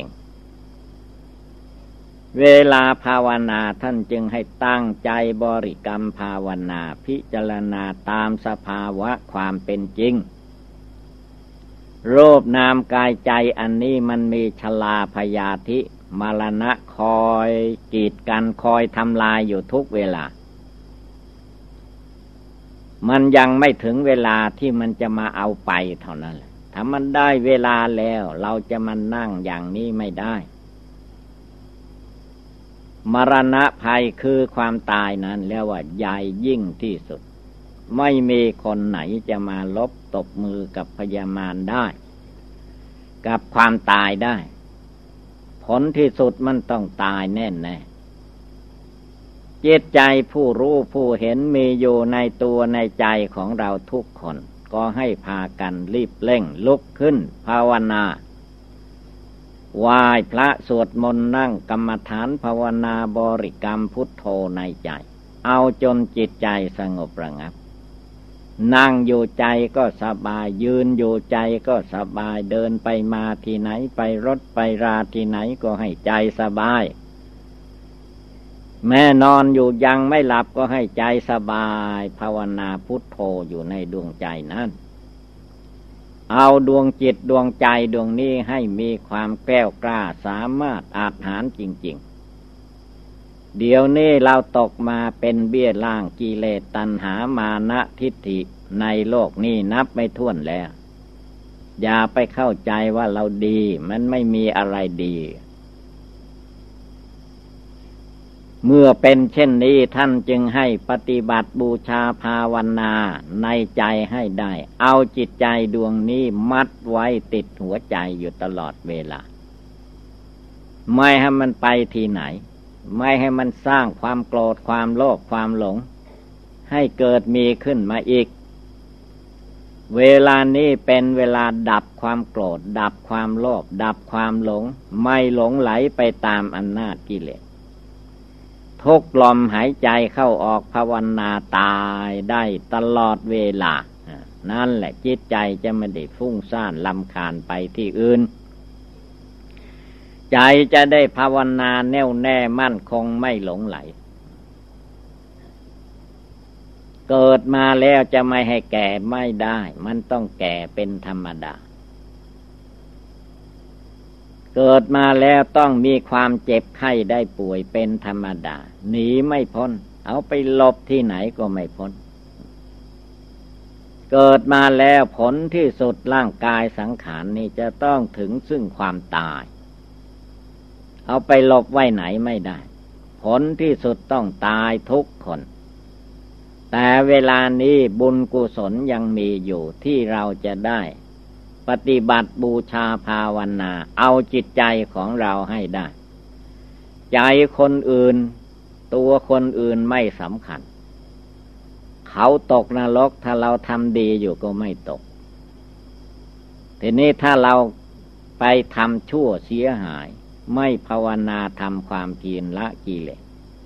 เวลาภาวนาท่านจึงให้ตั้งใจบริกรรมภาวนาพิจารณาตามสภาวะความเป็นจริงรูปนามกายใจอันนี้มันมีชราพยาธิมรณะคอยกีดกันคอยทำลายอยู่ทุกเวลามันยังไม่ถึงเวลาที่มันจะมาเอาไปเท่านั้นแหละถ้ามันได้เวลาแล้วเราจะมานั่งอย่างนี้ไม่ได้มรณะภัยคือความตายนั้นแล้วว่าใหญ่ยิ่งที่สุดไม่มีคนไหนจะมาลบตบมือกับพยามารได้กับความตายได้ผลที่สุดมันต้องตายแน่แน่จิตใจผู้รู้ผู้เห็นมีอยู่ในตัวในใจของเราทุกคนก็ให้พากันรีบเร่งลุกขึ้นภาวนาไหว้พระสวดมนต์นั่งกรรมฐานภาวนาบริกรรมพุทโธในใจเอาจนจิตใจสงบระงับนั่งอยู่ใจก็สบายยืนอยู่ใจก็สบายเดินไปมาที่ไหนไปรถไปราที่ไหนก็ให้ใจสบายแม่นอนอยู่ยังไม่หลับก็ให้ใจสบายภาวนาพุทโธอยู่ในดวงใจนั้นเอาดวงจิตดวงใจดวงนี้ให้มีความแกล้วกล้าสามารถอาจหาญจริงๆเดี๋ยวนี้เราตกมาเป็นเบี้ยล่างกิเลสตัณหามานะทิฏฐิในโลกนี้นับไม่ถ้วนแล้วอย่าไปเข้าใจว่าเราดีมันไม่มีอะไรดีเมื่อเป็นเช่นนี้ท่านจึงให้ปฏิบัติบูชาภาวนาในใจให้ได้เอาจิตใจดวงนี้มัดไว้ติดหัวใจอยู่ตลอดเวลาไม่ให้มันไปที่ไหนไม่ให้มันสร้างความโกรธความโลภความหลงให้เกิดมีขึ้นมาอีกเวลานี้เป็นเวลาดับความโกรธดับความโลภดับความหลงไม่หลงไหลไปตามอำนาจกิเลสทุกลมหายใจเข้าออกภาวนาตายได้ตลอดเวลานั่นแหละจิตใจจะไม่ได้ฟุ้งซ่านรำคาญไปที่อื่นใจจะได้ภาวนาแน่วแน่มั่นคงไม่หลงไหลเกิดมาแล้วจะไม่ให้แก่ไม่ได้มันต้องแก่เป็นธรรมดาเกิดมาแล้วต้องมีความเจ็บไข้ได้ป่วยเป็นธรรมดาหนีไม่พ้นเอาไปหลบที่ไหนก็ไม่พ้นเกิดมาแล้วผลที่สุดร่างกายสังขาร นี่จะต้องถึงซึ่งความตายเอาไปหลบไว้ไหนไม่ได้ผลที่สุดต้องตายทุกคนแต่เวลานี้บุญกุศลยังมีอยู่ที่เราจะได้ปฏิบัติบูชาภาวนาเอาจิตใจของเราให้ได้ใจคนอื่นตัวคนอื่นไม่สำคัญเขาตกนรกถ้าเราทำดีอยู่ก็ไม่ตกทีนี้ถ้าเราไปทำชั่วเสียหายไม่ภาวนาทำความเพียรละกิเลส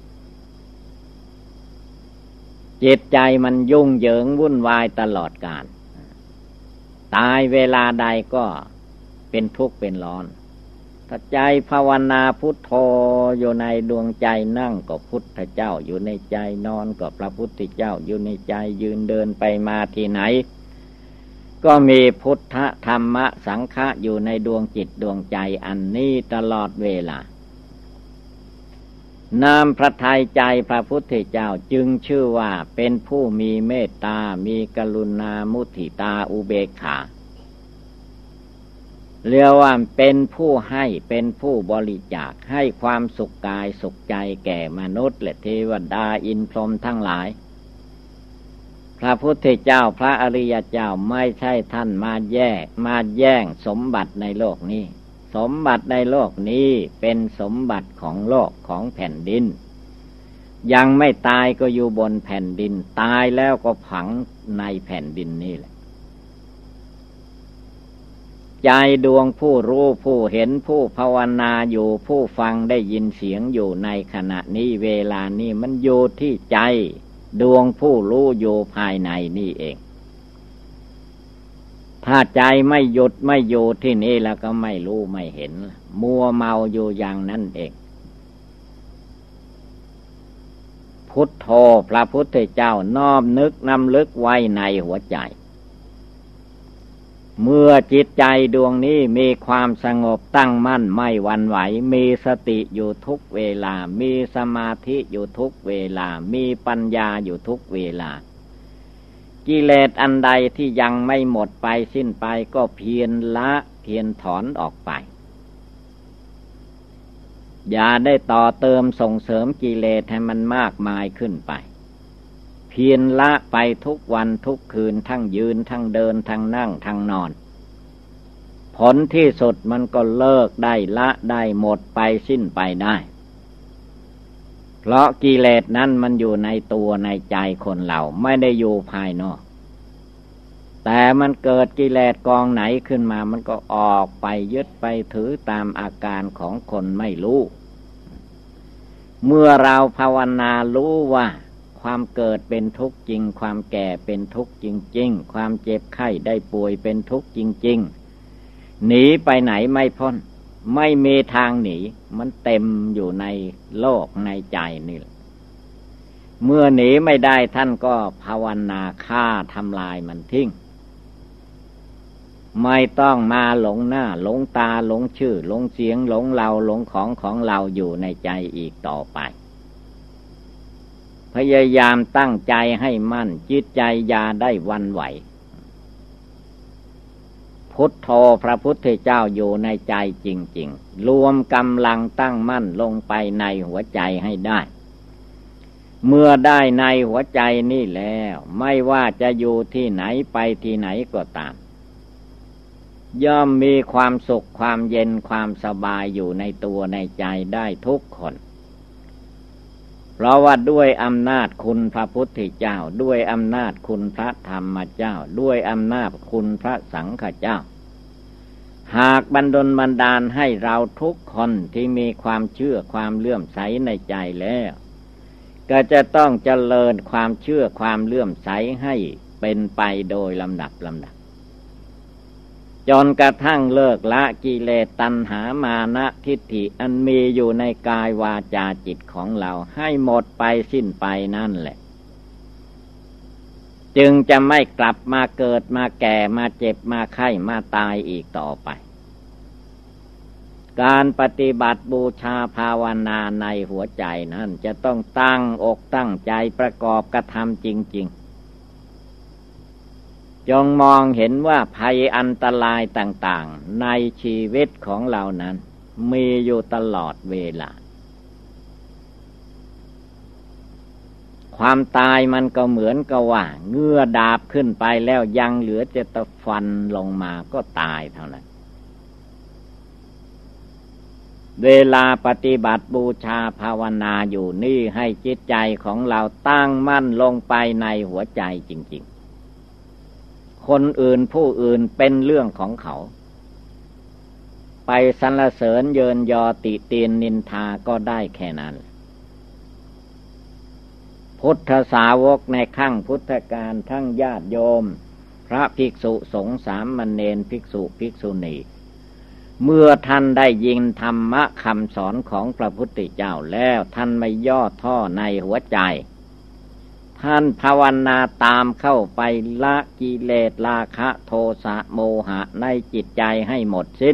จิตใจมันยุ่งเหยิงวุ่นวายตลอดกาลตายเวลาใดก็เป็นทุกข์เป็นร้อนถ้าใจภาวนาพุทโธอยู่ในดวงใจนั่งก็พุทธเจ้าอยู่ในใจนอนก็พระพุทธเจ้าอยู่ในใจยืนเดินไปมาที่ไหนก็มีพุทธธรรมะสังฆะอยู่ในดวงจิตดวงใจอันนี้ตลอดเวลานามพระทัยใจพระพุทธเจ้าจึงชื่อว่าเป็นผู้มีเมตตามีกรุณามุทิตาอุเบกขาเรียกว่าเป็นผู้ให้เป็นผู้บริจาคให้ความสุขกายสุขใจแก่มนุษย์และเทวดาอินทร์พรหมทั้งหลายพระพุทธเจ้าพระอริยเจ้าไม่ใช่ท่านมาแย่งมาแย่งสมบัติในโลกนี้สมบัติในโลกนี้เป็นสมบัติของโลกของแผ่นดินยังไม่ตายก็อยู่บนแผ่นดินตายแล้วก็ฝังในแผ่นดินนี่แหละใจดวงผู้รู้ผู้เห็นผู้ภาวนาอยู่ผู้ฟังได้ยินเสียงอยู่ในขณะนี้เวลานี้มันอยู่ที่ใจดวงผู้รู้อยู่ภายในนี่เองถ้าใจไม่หยุดไม่อยู่ที่นี่แล้วก็ไม่รู้ไม่เห็นมัวเมาอยู่อย่างนั้นเองพุทโธพระพุทธเจ้าน้อมนึกนำลึกไว้ในหัวใจเมื่อจิตใจดวงนี้มีความสงบตั้งมั่นไม่หวั่นไหวมีสติอยู่ทุกเวลามีสมาธิอยู่ทุกเวลามีปัญญาอยู่ทุกเวลากิเลสอันใดที่ยังไม่หมดไปสิ้นไปก็เพียรละเพียรถอนออกไปอย่าได้ต่อเติมส่งเสริมกิเลสให้มันมากมายขึ้นไปเพียรละไปทุกวันทุกคืนทั้งยืนทั้งเดินทั้งนั่งทั้งนอนผลที่สุดมันก็เลิกได้ละได้หมดไปสิ้นไปได้เพราะกิเลสนั้นมันอยู่ในตัวในใจคนเราไม่ได้อยู่ภายนอกแต่มันเกิดกิเลสกองไหนขึ้นมามันก็ออกไปยึดไปถือตามอาการของคนไม่รู้เมื่อเราภาวนารู้ว่าความเกิดเป็นทุกข์จริงความแก่เป็นทุกข์จริงๆความเจ็บไข้ได้ป่วยเป็นทุกข์จริงๆหนีไปไหนไม่พ้นไม่มีทางหนีมันเต็มอยู่ในโลกในใจนี่แหละเมื่อหนีไม่ได้ท่านก็ภาวนาฆ่าทำลายมันทิ้งไม่ต้องมาหลงหน้าหลงตาหลงชื่อหลงเสียงหลงเราหลงของของเราอยู่ในใจอีกต่อไปพยายามตั้งใจให้มั่นจิตใจอย่าได้หวั่นไหวพุทโธพระพุทธเจ้าอยู่ในใจจริงๆรวมกำลังตั้งมั่นลงไปในหัวใจให้ได้เมื่อได้ในหัวใจนี่แล้วไม่ว่าจะอยู่ที่ไหนไปที่ไหนก็ตามย่อมมีความสุขความเย็นความสบายอยู่ในตัวในใจได้ทุกคนเพราะว่าด้วยอำนาจคุณพระพุทธเจ้าด้วยอำนาจคุณพระธรรมเจ้าด้วยอำนาจคุณพระสังฆเจ้าหากบันดลบันดาลให้เราทุกคนที่มีความเชื่อความเลื่อมใสในใจแล้วก็จะต้องเจริญความเชื่อความเลื่อมใสให้เป็นไปโดยลำดับลำดับจนกระทั่งเลิกละกิเลสตัณหามานะทิฏฐิอันมีอยู่ในกายวาจาจิตของเราให้หมดไปสิ้นไปนั่นแหละจึงจะไม่กลับมาเกิดมาแก่มาเจ็บมาไข้มาตายอีกต่อไปการปฏิบัติบูชาภาวนาในหัวใจนั้นจะต้องตั้งอกตั้งใจประกอบกระทำจริงๆจงมองเห็นว่าภัยอันตรายต่างๆในชีวิตของเรานั้นมีอยู่ตลอดเวลาความตายมันก็เหมือนกับว่าเงื้อดาบขึ้นไปแล้วยังเหลือจะตะฟันลงมาก็ตายเท่านั้นเวลาปฏิบัติบูชาภาวนาอยู่นี่ให้จิตใจของเราตั้งมั่นลงไปในหัวใจจริงๆคนอื่นผู้อื่นเป็นเรื่องของเขาไปสรรเสริญเยินยอติเตียนนินทาก็ได้แค่นั้นพุทธสาวกในครั้งพุทธกาลทั้งญาติโยมพระภิกษุสงฆ์สามเณรภิกษุภิกษุณีเมื่อท่านได้ยินธรรมะคำสอนของพระพุทธเจ้าแล้วท่านไม่ย่อท้อในหัวใจท่านภาวนาตามเข้าไปละกิเลสราคะโทสะโมหะในจิตใจให้หมดสิ้น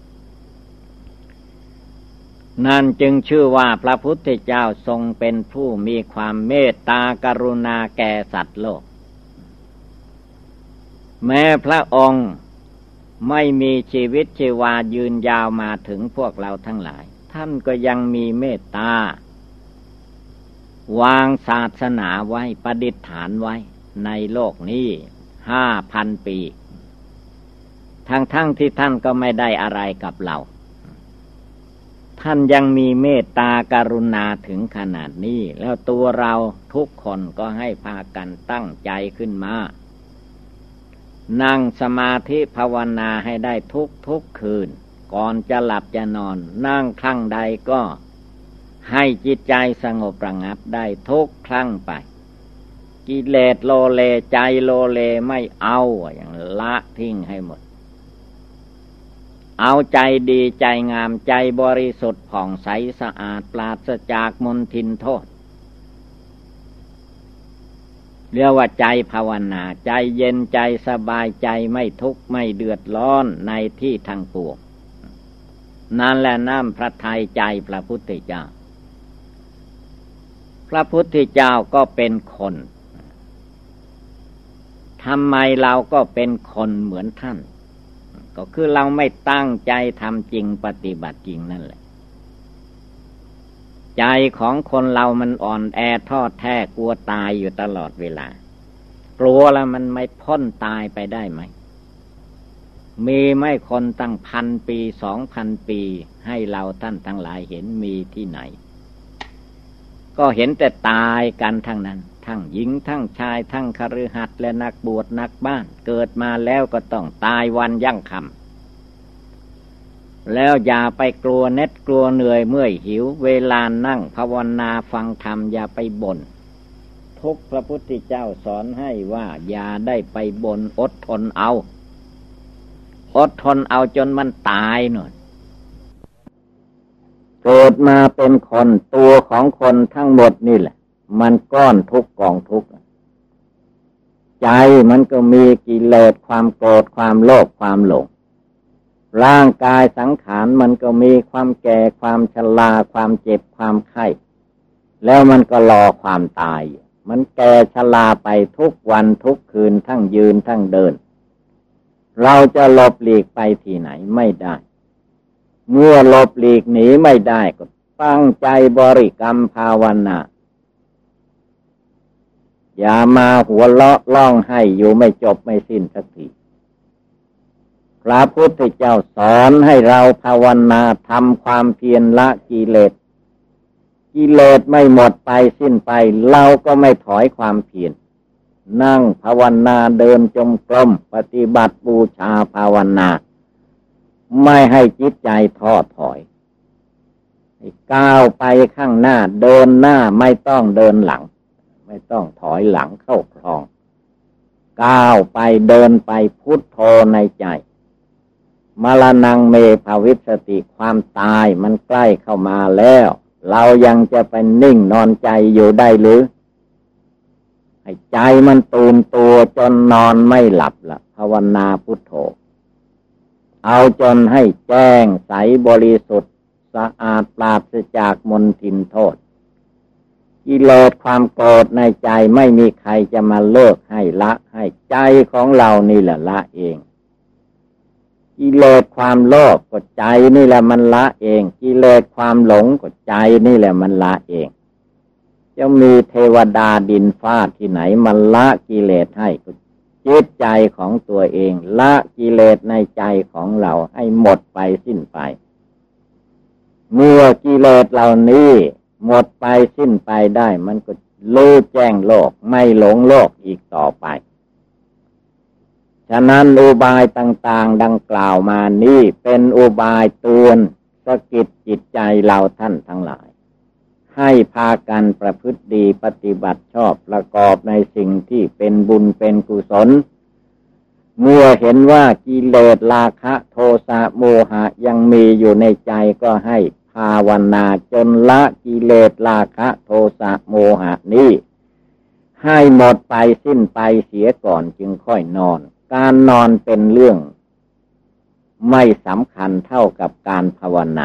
นั่นจึงชื่อว่าพระพุทธเจ้าทรงเป็นผู้มีความเมตตากรุณาแก่สัตว์โลกแม้พระองค์ไม่มีชีวิตชีวายืนยาวมาถึงพวกเราทั้งหลายท่านก็ยังมีเมตตาวางศาสนาไว้ประดิษฐานไว้ในโลกนี้ห้าพันปีทั้งๆ ที่ท่านก็ไม่ได้อะไรกับเราท่านยังมีเมตตากรุณาถึงขนาดนี้แล้วตัวเราทุกคนก็ให้พากันตั้งใจขึ้นมานั่งสมาธิภาวนาให้ได้ทุกทุกคืนก่อนจะหลับจะนอนนั่งครั้งใดก็ให้จิตใจสงบระงับได้ทุกครั้งไปกิเลสโลเลใจโลเลไม่เอาอย่างละทิ้งให้หมดเอาใจดีใจงามใจบริสุทธิ์ผ่องใสสะอาดปราศจากมลทินโทษเรียกว่าใจภาวนาใจเย็นใจสบายใจไม่ทุกข์ไม่เดือดร้อนในที่ทั้งปวงนั่นแหละน้ำพระทัยใจพระพุทธเจ้าพระพุทธเจ้าก็เป็นคนทำไมเราก็เป็นคนเหมือนท่านก็คือเราไม่ตั้งใจทำจริงปฏิบัติจริงนั่นแหละใจของคนเรามันอ่อนแอท้อแท้กลัวตายอยู่ตลอดเวลากลัวแล้วมันไม่พ้นตายไปได้ไหมมีไม่คนตั้งพันปีสองพันปีให้เราท่านทั้งหลายเห็นมีที่ไหนก็เห็นแต่ตายกันทั้งนั้นทั้งหญิงทั้งชายทั้งคฤหัสถ์และนักบวชนักบ้านเกิดมาแล้วก็ต้องตายวันยั่งค่ำแล้วอย่าไปกลัวเน็ดกลัวเหนื่อยเมื่อยหิวเวลานั่งภาวนาฟังธรรมอย่าไปบ่นทุกพระพุทธเจ้าสอนให้ว่าอย่าได้ไปบ่นอดทนเอาอดทนเอาจนมันตายหน่อยเกิดมาเป็นคนตัวของคนทั้งหมดนี่แหละมันก้อนทุกกองทุกใจมันก็มีกิเลสความโกรธความโลภความหลงร่างกายสังขารมันก็มีความแก่ความชราความเจ็บความไข้แล้วมันก็รอความตายมันแก่ชราไปทุกวันทุกคืนทั้งยืนทั้งเดินเราจะหลบหลีกไปที่ไหนไม่ได้เมื่อหลบหลีกหนีไม่ได้ก็ตั้งใจบริกรรมภาวนาอย่ามาหัวเราะร้องไห้อยู่ไม่จบไม่สิ้นสักทีพระพุทธเจ้าสอนให้เราภาวนาทำความเพียรละกิเลสกิเลสไม่หมดไปสิ้นไปเราก็ไม่ถอยความเพียรนั่งภาวนาเดินจงกรมปฏิบัติบูชาภาวนาไม่ให้จิตใจท้อถอยก้าวไปข้างหน้าเดินหน้าไม่ต้องเดินหลังไม่ต้องถอยหลังเข้าคลองก้าวไปเดินไปพุทโธในใจมรณังเมภวิสสติความตายมันใกล้เข้ามาแล้วเรายังจะไปนิ่งนอนใจอยู่ได้หรือให้ใจมันตื่นตัวจนนอนไม่หลับละภาวนาพุทโธเอาจนให้แจ้งใสบริสุทธิ์สะอาดปราศจากมลทินโทษกิเลสความโกรธในใจไม่มีใครจะมาเลิกให้ละให้ใจของเรานี่แหละละเองกิเลสความโลภก็ใจนี่แหละมันละเองกิเลสความหลงก็ใจนี่แหละมันละเองจะมีเทวดาดินฟ้าที่ไหนมันละกิเลสให้ก็จิตใจของตัวเองละกิเลสในใจของเราให้หมดไปสิ้นไปเมื่อกิเลสเหล่านี้หมดไปสิ้นไปได้มันก็รู้แจ้งโลกไม่หลงโลกอีกต่อไปฉะนั้นอุบายต่างๆดังกล่าวมานี้เป็นอุบายเตือนสะกิดจิตใจเราท่านทั้งหลายให้พากันประพฤติดีปฏิบัติชอบประกอบในสิ่งที่เป็นบุญเป็นกุศลเมื่อเห็นว่ากิเลสราคะโทสะโมหะยังมีอยู่ในใจก็ให้ภาวนาจนละกิเลสราคะโทสะโมหะนี้ให้หมดไปสิ้นไปเสียก่อนจึงค่อยนอนการนอนเป็นเรื่องไม่สำคัญเท่ากับการภาวนา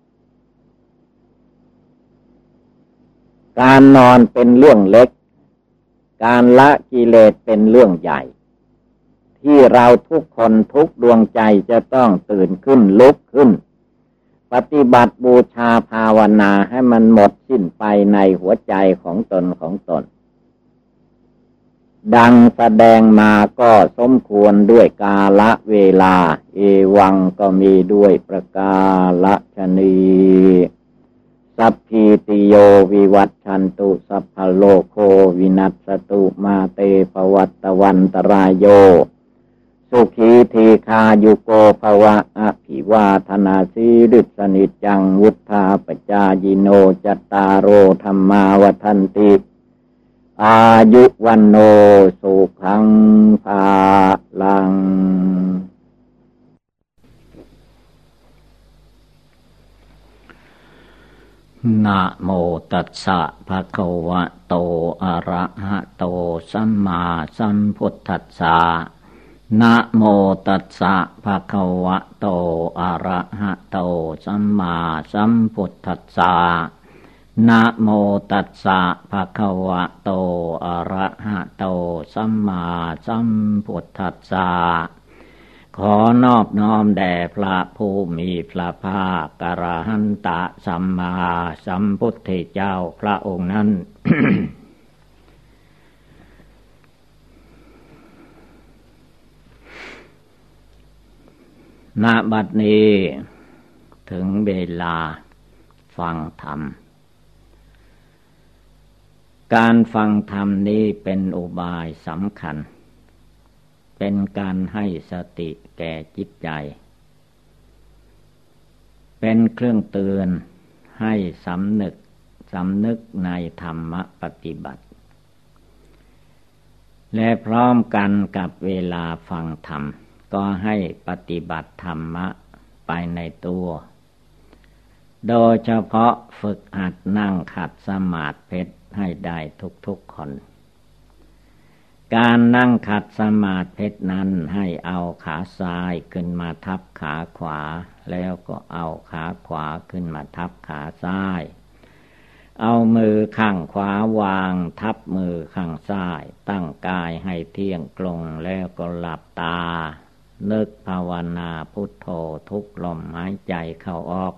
การนอนเป็นเรื่องเล็กการละกิเลสเป็นเรื่องใหญ่ที่เราทุกคนทุกดวงใจจะต้องตื่นขึ้นลุกขึ้นปฏิบัติบูชาภาวนาให้มันหมดสิ้นไปในหัวใจของตนของตนดังแสดงมาก็สมควรด้วยกาลเวลาเอวังก็มีด้วยประกาศนีสัพพิติโยวิวัชชันตุสัพพโลกโควินัสสตุมาเตภวัตวันตรายโยสุขีทีคายุโกภวะอภิวาทนาสีริสนิจังวุธาปจายิโนจตตารโอธรรมาวัฏันติอายุวันโนสุขังภาลังนะโมตัสสะภะคะวะโตอะระหะโตสัมมาสัมพุทธัสสะนะโมตัสสะภะคะวะโตอะระหะโตสัมมาสัมพุทธัสสะนะโมตัสสะภะคะวะโตอะระหะโตสัมมาสัมพุทธัสสะขอนอบน้อมแด่พระผู้มีพระภาคอรหันตสัมมาสัมพุทธเจ้าพระองค์นั้น ณ บัดนี้ถึงเวลาฟังธรรมการฟังธรรมนี้เป็นอุบายสำคัญเป็นการให้สติแก่จิตใจเป็นเครื่องเตือนให้สำนึกสำนึกในธรรมปฏิบัติและพร้อมกันกับเวลาฟังธรรมก็ให้ปฏิบัติธรรมะไปในตัวโดยเฉพาะฝึกหัดนั่งขัดสมาธิให้ได้ทุกๆคนการนั่งขัดสมาธินั้นให้เอาขาซ้ายขึ้นมาทับขาขวาแล้วก็เอาขาขวาขึ้นมาทับขาซ้ายเอามือข้างขวาวางทับมือข้างซ้ายตั้งกายให้เที่ยงตรงแล้วก็หลับตานึกภาวนาพุทโธทุกลมหายใจเข้าออก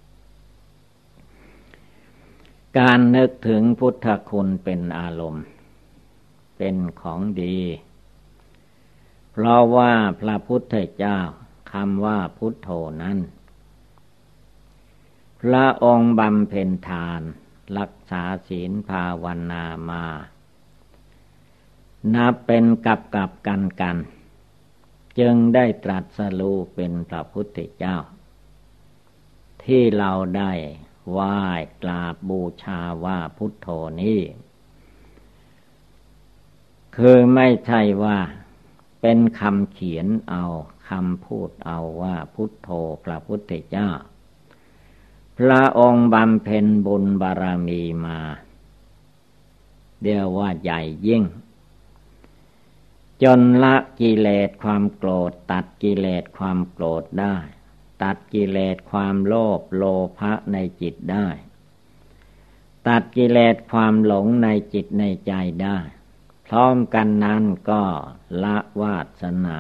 การนึกถึงพุทธคุณเป็นอารมณ์เป็นของดีเพราะว่าพระพุทธเจ้าคำว่าพุทโธนั้นพระองค์บำเพ็ญทานรักษาศีลภาวนามานับเป็นกับกับกันกันจึงได้ตรัสรู้เป็นพระพุทธเจ้าที่เราได้ไหว้กราบบูชาว่าพุทโธนี้คือไม่ใช่ว่าเป็นคำเขียนเอาคำพูดเอาว่าพุทโธพระพุทธเจ้าพระองค์บำเพ็ญบุญบารมีมาเรียกว่าใหญ่ยิ่งจนละกิเลสความโกรธตัดกิเลสความโกรธได้ตัดกิเลสความโลภโลภะในจิตได้ตัดกิเลสความหลงในจิตในใจได้พร้อมกันนั้นก็ละวาสนา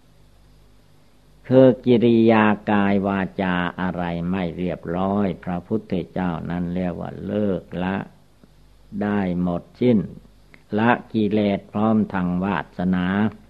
คือกิริยากายวาจาอะไรไม่เรียบร้อยพระพุทธเจ้านั้นเรียกว่าเลิกละได้หมดสิ้นละกิเลสพร้อมทางวาสนา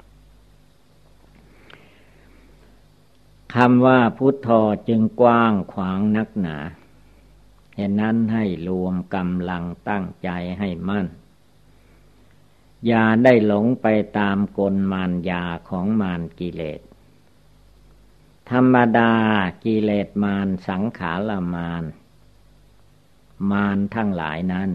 คำว่าพุทโธจึงกว้างขวางนักหนาเหตุนั้นให้รวมกำลังตั้งใจให้มั่นอย่าได้หลงไปตามกลมารยาของมารกิเลสธรรมดากิเลสมารสังขารมารมารทั้งหลายนั้น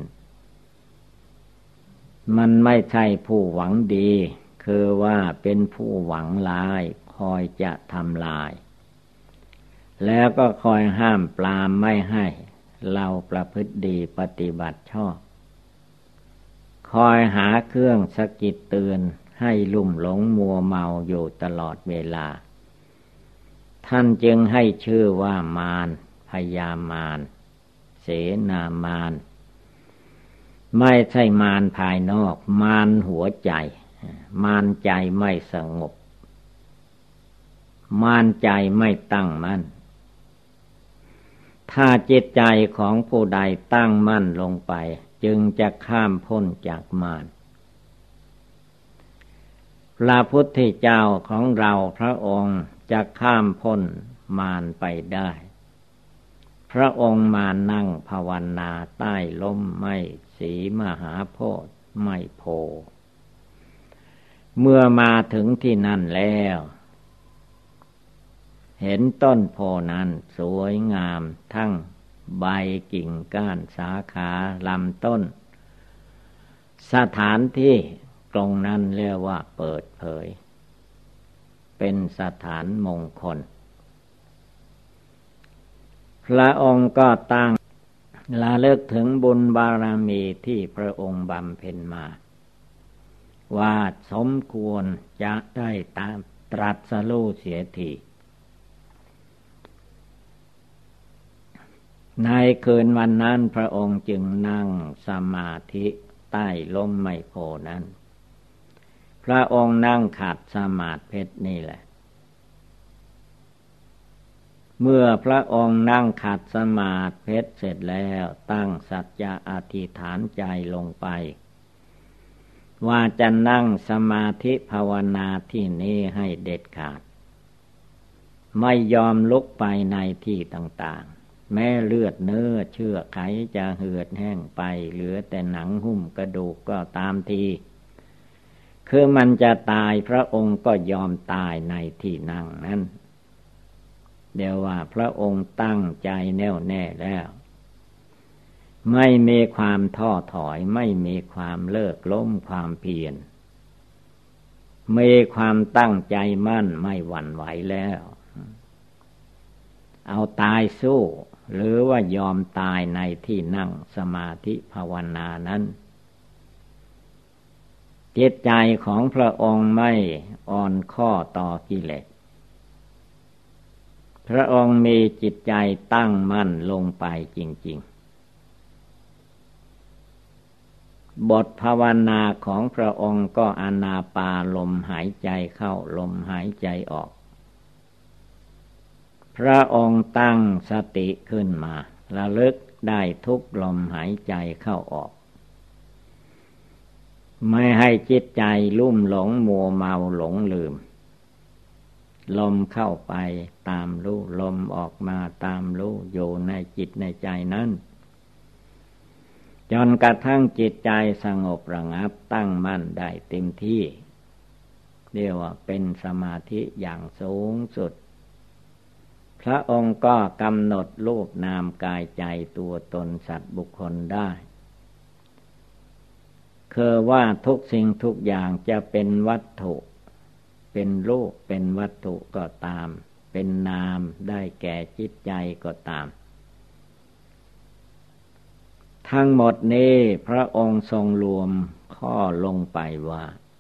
มันไม่ใช่ผู้หวังดีคือว่าเป็นผู้หวังร้ายคอยจะทำลายแล้วก็คอยห้ามปรามไม่ให้เราประพฤติดีปฏิบัติชอบคอยหาเครื่องสะกิดเตือนให้ลุ่มหลงมัวเมาอยู่ตลอดเวลาท่านจึงให้ชื่อว่ามารพยามารเสนามารไม่ใช่มารภายนอกมารหัวใจมารใจไม่สงบมารใจไม่ตั้งมั่นถ้าจิตใจของผู้ใดตั้งมั่นลงไปจึงจะข้ามพ้นจากมารพระพุทธเจ้าของเราพระองค์จะข้ามพ้นมารไปได้พระองค์มานั่งภาวนาใต้ร่มไม้สีมหาโพธิ์ไม้โพเมื่อมาถึงที่นั่นแล้วเห็นต้นโพนั้นสวยงามทั้งใบกิ่งก้านสาขาลำต้นสถานที่ตรงนั้นเรียกว่าเปิดเผยเป็นสถานมงคลพระองค์ก็ตั้งระลึกถึงบุญบารมีที่พระองค์บำเพ็ญมาว่าสมควรจะได้ตามตรัสรู้เสียทีในคืนวันนั้นพระองค์จึงนั่งสมาธิใต้ร่มไมโพนั้นพระองค์นั่งขัดสมาธิเพชรนี่แหละเมื่อพระองค์นั่งขัดสมาธิเพชรเสร็จแล้วตั้งสัจจะอธิษฐานใจลงไปว่าจะนั่งสมาธิภาวนาที่นี้ให้เด็ดขาดไม่ยอมลุกไปในที่ต่างๆแม้เลือดเนื้อเชื่อไขจะเหือดแห้งไปเหลือแต่หนังหุ้มกระดูกก็ตามทีคือมันจะตายพระองค์ก็ยอมตายในที่นั่งนั้นเดี๋ยวว่าพระองค์ตั้งใจแน่วแน่แล้วไม่มีความท้อถอยไม่มีความเลิกล้มความเพียรมีความตั้งใจมั่นไม่หวั่นไหวแล้วเอาตายสู้หรือว่ายอมตายในที่นั่งสมาธิภาวนานั้นจิตใจของพระองค์ไม่อ่อนข้อต่อกิเลสพระองค์มีจิตใจตั้งมั่นลงไปจริงๆบทภาวนาของพระองค์ก็อานาปานลมหายใจเข้าลมหายใจออกพระองค์ตั้งสติขึ้นมาระลึกได้ทุกลมหายใจเข้าออกไม่ให้จิตใจลุ่มหลงมัวเมาหลงลืมลมเข้าไปตามรู้ลมออกมาตามรู้อยู่ในจิตในใจนั้นจนกระทั่งจิตใจสงบระงับตั้งมั่นได้เต็มที่เรียกว่าเป็นสมาธิอย่างสูงสุดพระองค์ก็กำหนดรูปนามกายใจตัวตนสัตว์บุคคลได้คือว่าทุกสิ่งทุกอย่างจะเป็นวัตถุเป็นรูปเป็นวัตถุก็ตามเป็นนามได้แก่จิตใจก็ตามทั้งหมดนี้พระองค์ทรงรวมข้อลงไปว่า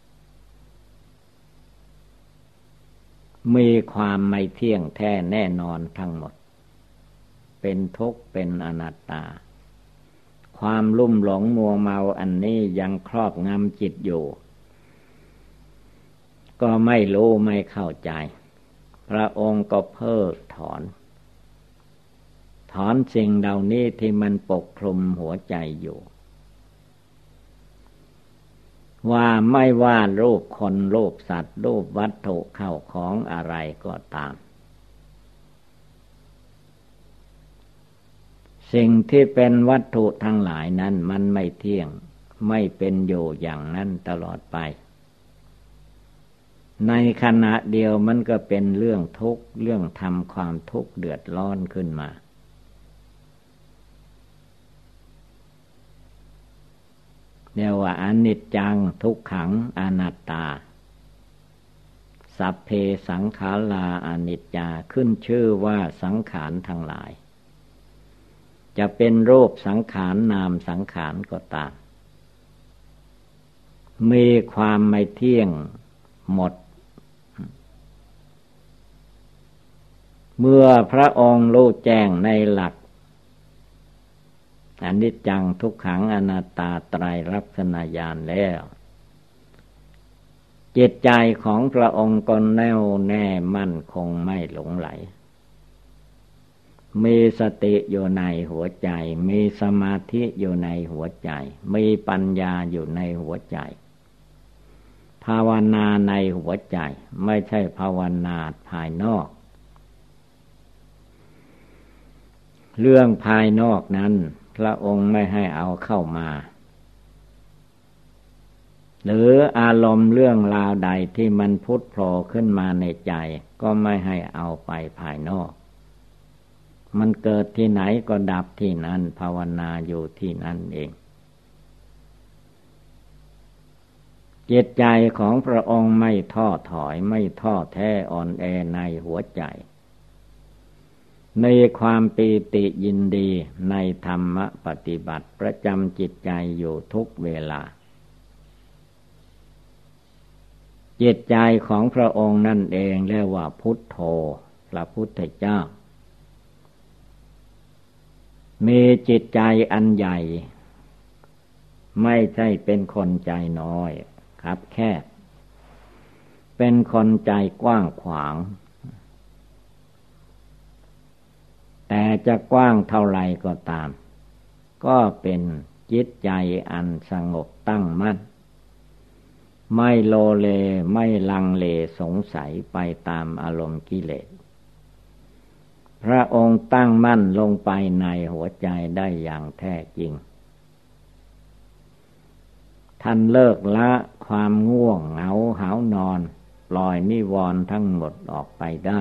มีความไม่เที่ยงแท้แน่นอนทั้งหมดเป็นทุกข์เป็นอนัตตาความลุ่มหลงมัวเมาอันนี้ยังครอบงำจิตอยู่ก็ไม่รู้ไม่เข้าใจพระองค์ก็เพิกถอนถอนสิ่งเหล่านี้ที่มันปกคลุมหัวใจอยู่ว่าไม่ว่ารูปคนรูปสัตว์รูปวัตถุเข้าของอะไรก็ตามสิ่งที่เป็นวัตถุทั้งหลายนั้นมันไม่เที่ยงไม่เป็นอยู่อย่างนั้นตลอดไปในขณะเดียวมันก็เป็นเรื่องทุกข์เรื่องทำความทุกข์เดือดร้อนขึ้นมาเรียกว่าอนิจจังทุกขังอนัตตาสัพเพสังขาราอนิจจาขึ้นชื่อว่าสังขารทั้งหลายจะเป็นรูปสังขารนามสังขารก็ตามมีความไม่เที่ยงหมดเมื่อพระองค์รู้แจ้งในหลักอนิจจังทุกขังอนัตตาไตรลักษณญาณแล้วจิตใจของพระองค์ก็แน่วแน่มั่นคงไม่หลงไหลมีสติอยู่ในหัวใจมีสมาธิอยู่ในหัวใจมีปัญญาอยู่ในหัวใจภาวนาในหัวใจไม่ใช่ภาวนาภายนอกเรื่องภายนอกนั้นพระองค์ไม่ให้เอาเข้ามาหรืออารมณ์เรื่องราวใดที่มันพุทโผล่ขึ้นมาในใจก็ไม่ให้เอาไปภายนอกมันเกิดที่ไหนก็ดับที่นั้นภาวนาอยู่ที่นั่นเองจิตใจของพระองค์ไม่ท้อถอยไม่ท้อแท้อ่อนแอในหัวใจในความปีติยินดีในธรรมปฏิบัติประจำจิตใจอยู่ทุกเวลาจิตใจของพระองค์นั่นเองเรียกว่าพุทโธพระพุทธเจ้ามีจิตใจอันใหญ่ไม่ใช่เป็นคนใจน้อยครับแค่เป็นคนใจกว้างขวางแต่จะกว้างเท่าไรก็ตามก็เป็นจิตใจอันสงบตั้งมั่นไม่โลเลไม่ลังเลสงสัยไปตามอารมณ์กิเลสพระองค์ตั้งมั่นลงไปในหัวใจได้อย่างแท้จริงท่านเลิกละความง่วงเหงาหาวนอนปล่อยนิวรณ์ทั้งหมดออกไปได้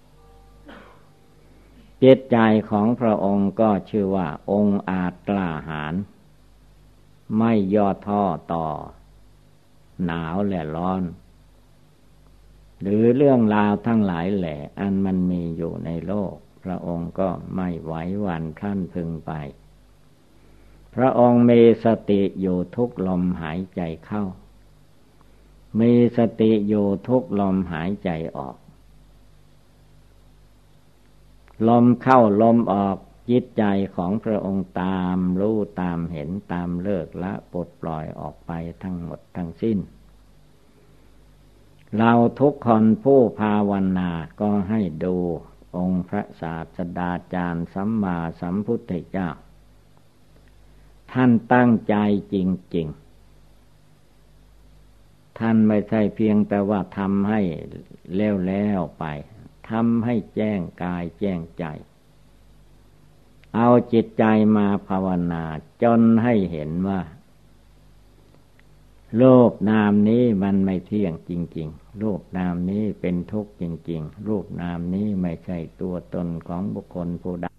จิตใจของพระองค์ก็ชื่อว่าองค์อาจกล้าหาญไม่ย่อท้อต่อหนาวและร้อนหรือเรื่องราวทั้งหลายแหละอันมันมีอยู่ในโลกพระองค์ก็ไม่ไหวหวั่นคลั่นพึงไปพระองค์มีสติอยู่ทุกลมหายใจเข้ามีสติอยู่ทุกลมหายใจออกลมเข้าลมออกจิตใจของพระองค์ตามรู้ตามเห็นตามเลิกละปลดปล่อยออกไปทั้งหมดทั้งสิ้นเราทุกคนผู้ภาวนาก็ให้ดูองค์พระศาสดาจารย์สัมมาสัมพุทธเจ้าท่านตั้งใจจริงๆท่านไม่ใช่เพียงแต่ว่าทำให้แล้วๆไปทำให้แจ้งกายแจ้งใจเอาจิตใจมาภาวนาจนให้เห็นว่าโลกนามนี้มันไม่เที่ยงจริงๆโลกนามนี้เป็นทุกข์จริงๆโลกนามนี้ไม่ใช่ตัวตนของบุคคลผู้ใด